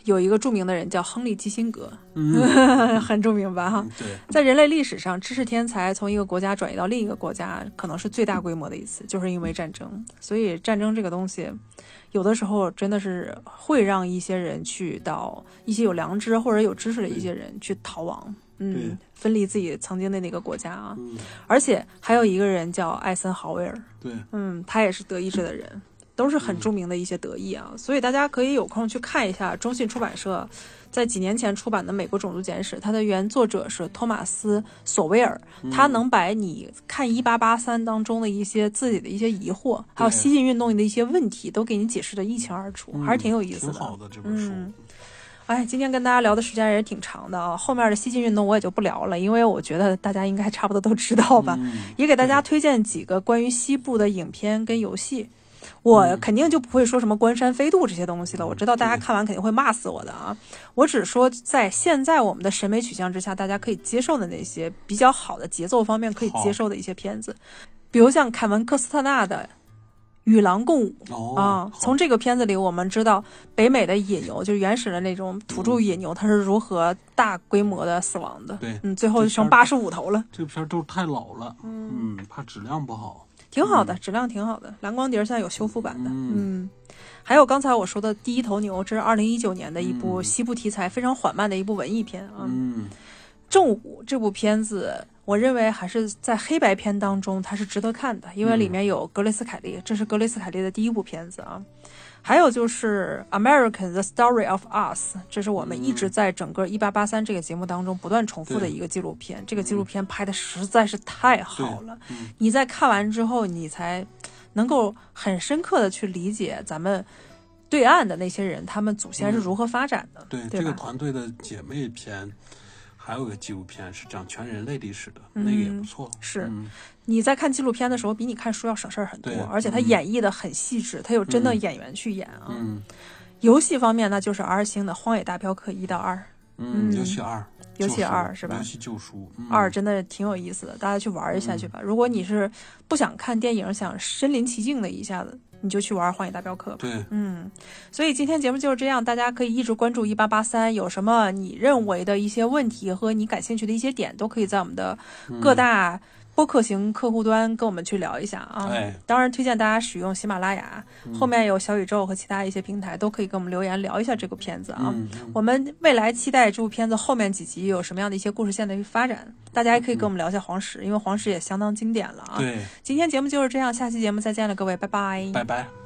有一个著名的人叫亨利基辛格， 嗯很著名吧哈。 对， 在人类历史上，知识天才从一个国家转移到另一个国家，可能是最大规模的一次，就是因为战争。所以战争这个东西，有的时候真的是会让一些人去到一些有良知或者有知识的一些人去逃亡，分离自己曾经的那个国家啊。而且还有一个人叫艾森豪威尔， 对， 他也是德意志的人。都是很著名的一些德裔啊，所以大家可以有空去看一下中信出版社在几年前出版的《美国种族简史》，它的原作者是托马斯·索威尔，他能把你看1883当中的一些自己的一些疑惑，还有西进运动的一些问题，都给你解释的一清二楚，还是挺有意思的。 挺好的这本书。 哎，今天跟大家聊的时间也挺长的啊，后面的西进运动我也就不聊了，因为我觉得大家应该差不多都知道吧。也给大家推荐几个关于西部的影片跟游戏。我肯定就不会说什么关山飞渡这些东西了，我知道大家看完肯定会骂死我的啊。我只说在现在我们的审美取向之下，大家可以接受的那些比较好的节奏方面可以接受的一些片子，比如像凯文·科斯特纳的《与狼共舞》从这个片子里我们知道北美的野牛，就是原始的那种土著野牛，它是如何大规模的死亡的。 对， 最后剩85头了。 这片都太老了，怕质量不好。 挺好的，质量挺好的。蓝光碟现在有修复版的，还有刚才我说的《第一头牛》，这是2019年的一部西部题材非常缓慢的一部文艺片啊。正午这部片子，我认为还是在黑白片当中它是值得看的，因为里面有格雷斯凯利，这是格雷斯凯利的第一部片子啊。还有就是《American: The Story of Us》，这是我们一直在整个1883这个节目当中不断重复的一个纪录片。这个纪录片拍的实在是太好了，你在看完之后，你才能够很深刻的去理解咱们对岸的那些人，他们祖先是如何发展的。 对，这个团队的姐妹片。还有一个纪录片是讲全人类历史的，那个也不错。 是，你在看纪录片的时候，比你看书要省事儿很多，而且他演绎的很细致，他有真的演员去演啊。游戏方面，那就是 R 星的《荒野大镖客》1到2。游戏2是吧？ 游戏救赎 2真的挺有意思的，大家去玩一下去吧。如果你是不想看电影，想身临其境的一下子，你就去玩《荒野大镖客》吧。 对， 所以今天节目就是这样，大家可以一直关注1883，有什么你认为的一些问题和你感兴趣的一些点，都可以在我们的各大播客型客户端跟我们去聊一下啊。当然推荐大家使用喜马拉雅，后面有小宇宙和其他一些平台都可以跟我们留言聊一下这个片子啊。我们未来期待这部片子后面几集有什么样的一些故事线的发展，大家也可以跟我们聊一下黄石，因为黄石也相当经典了啊。 对， 今天节目就是这样，下期节目再见了，各位，拜拜， 拜拜。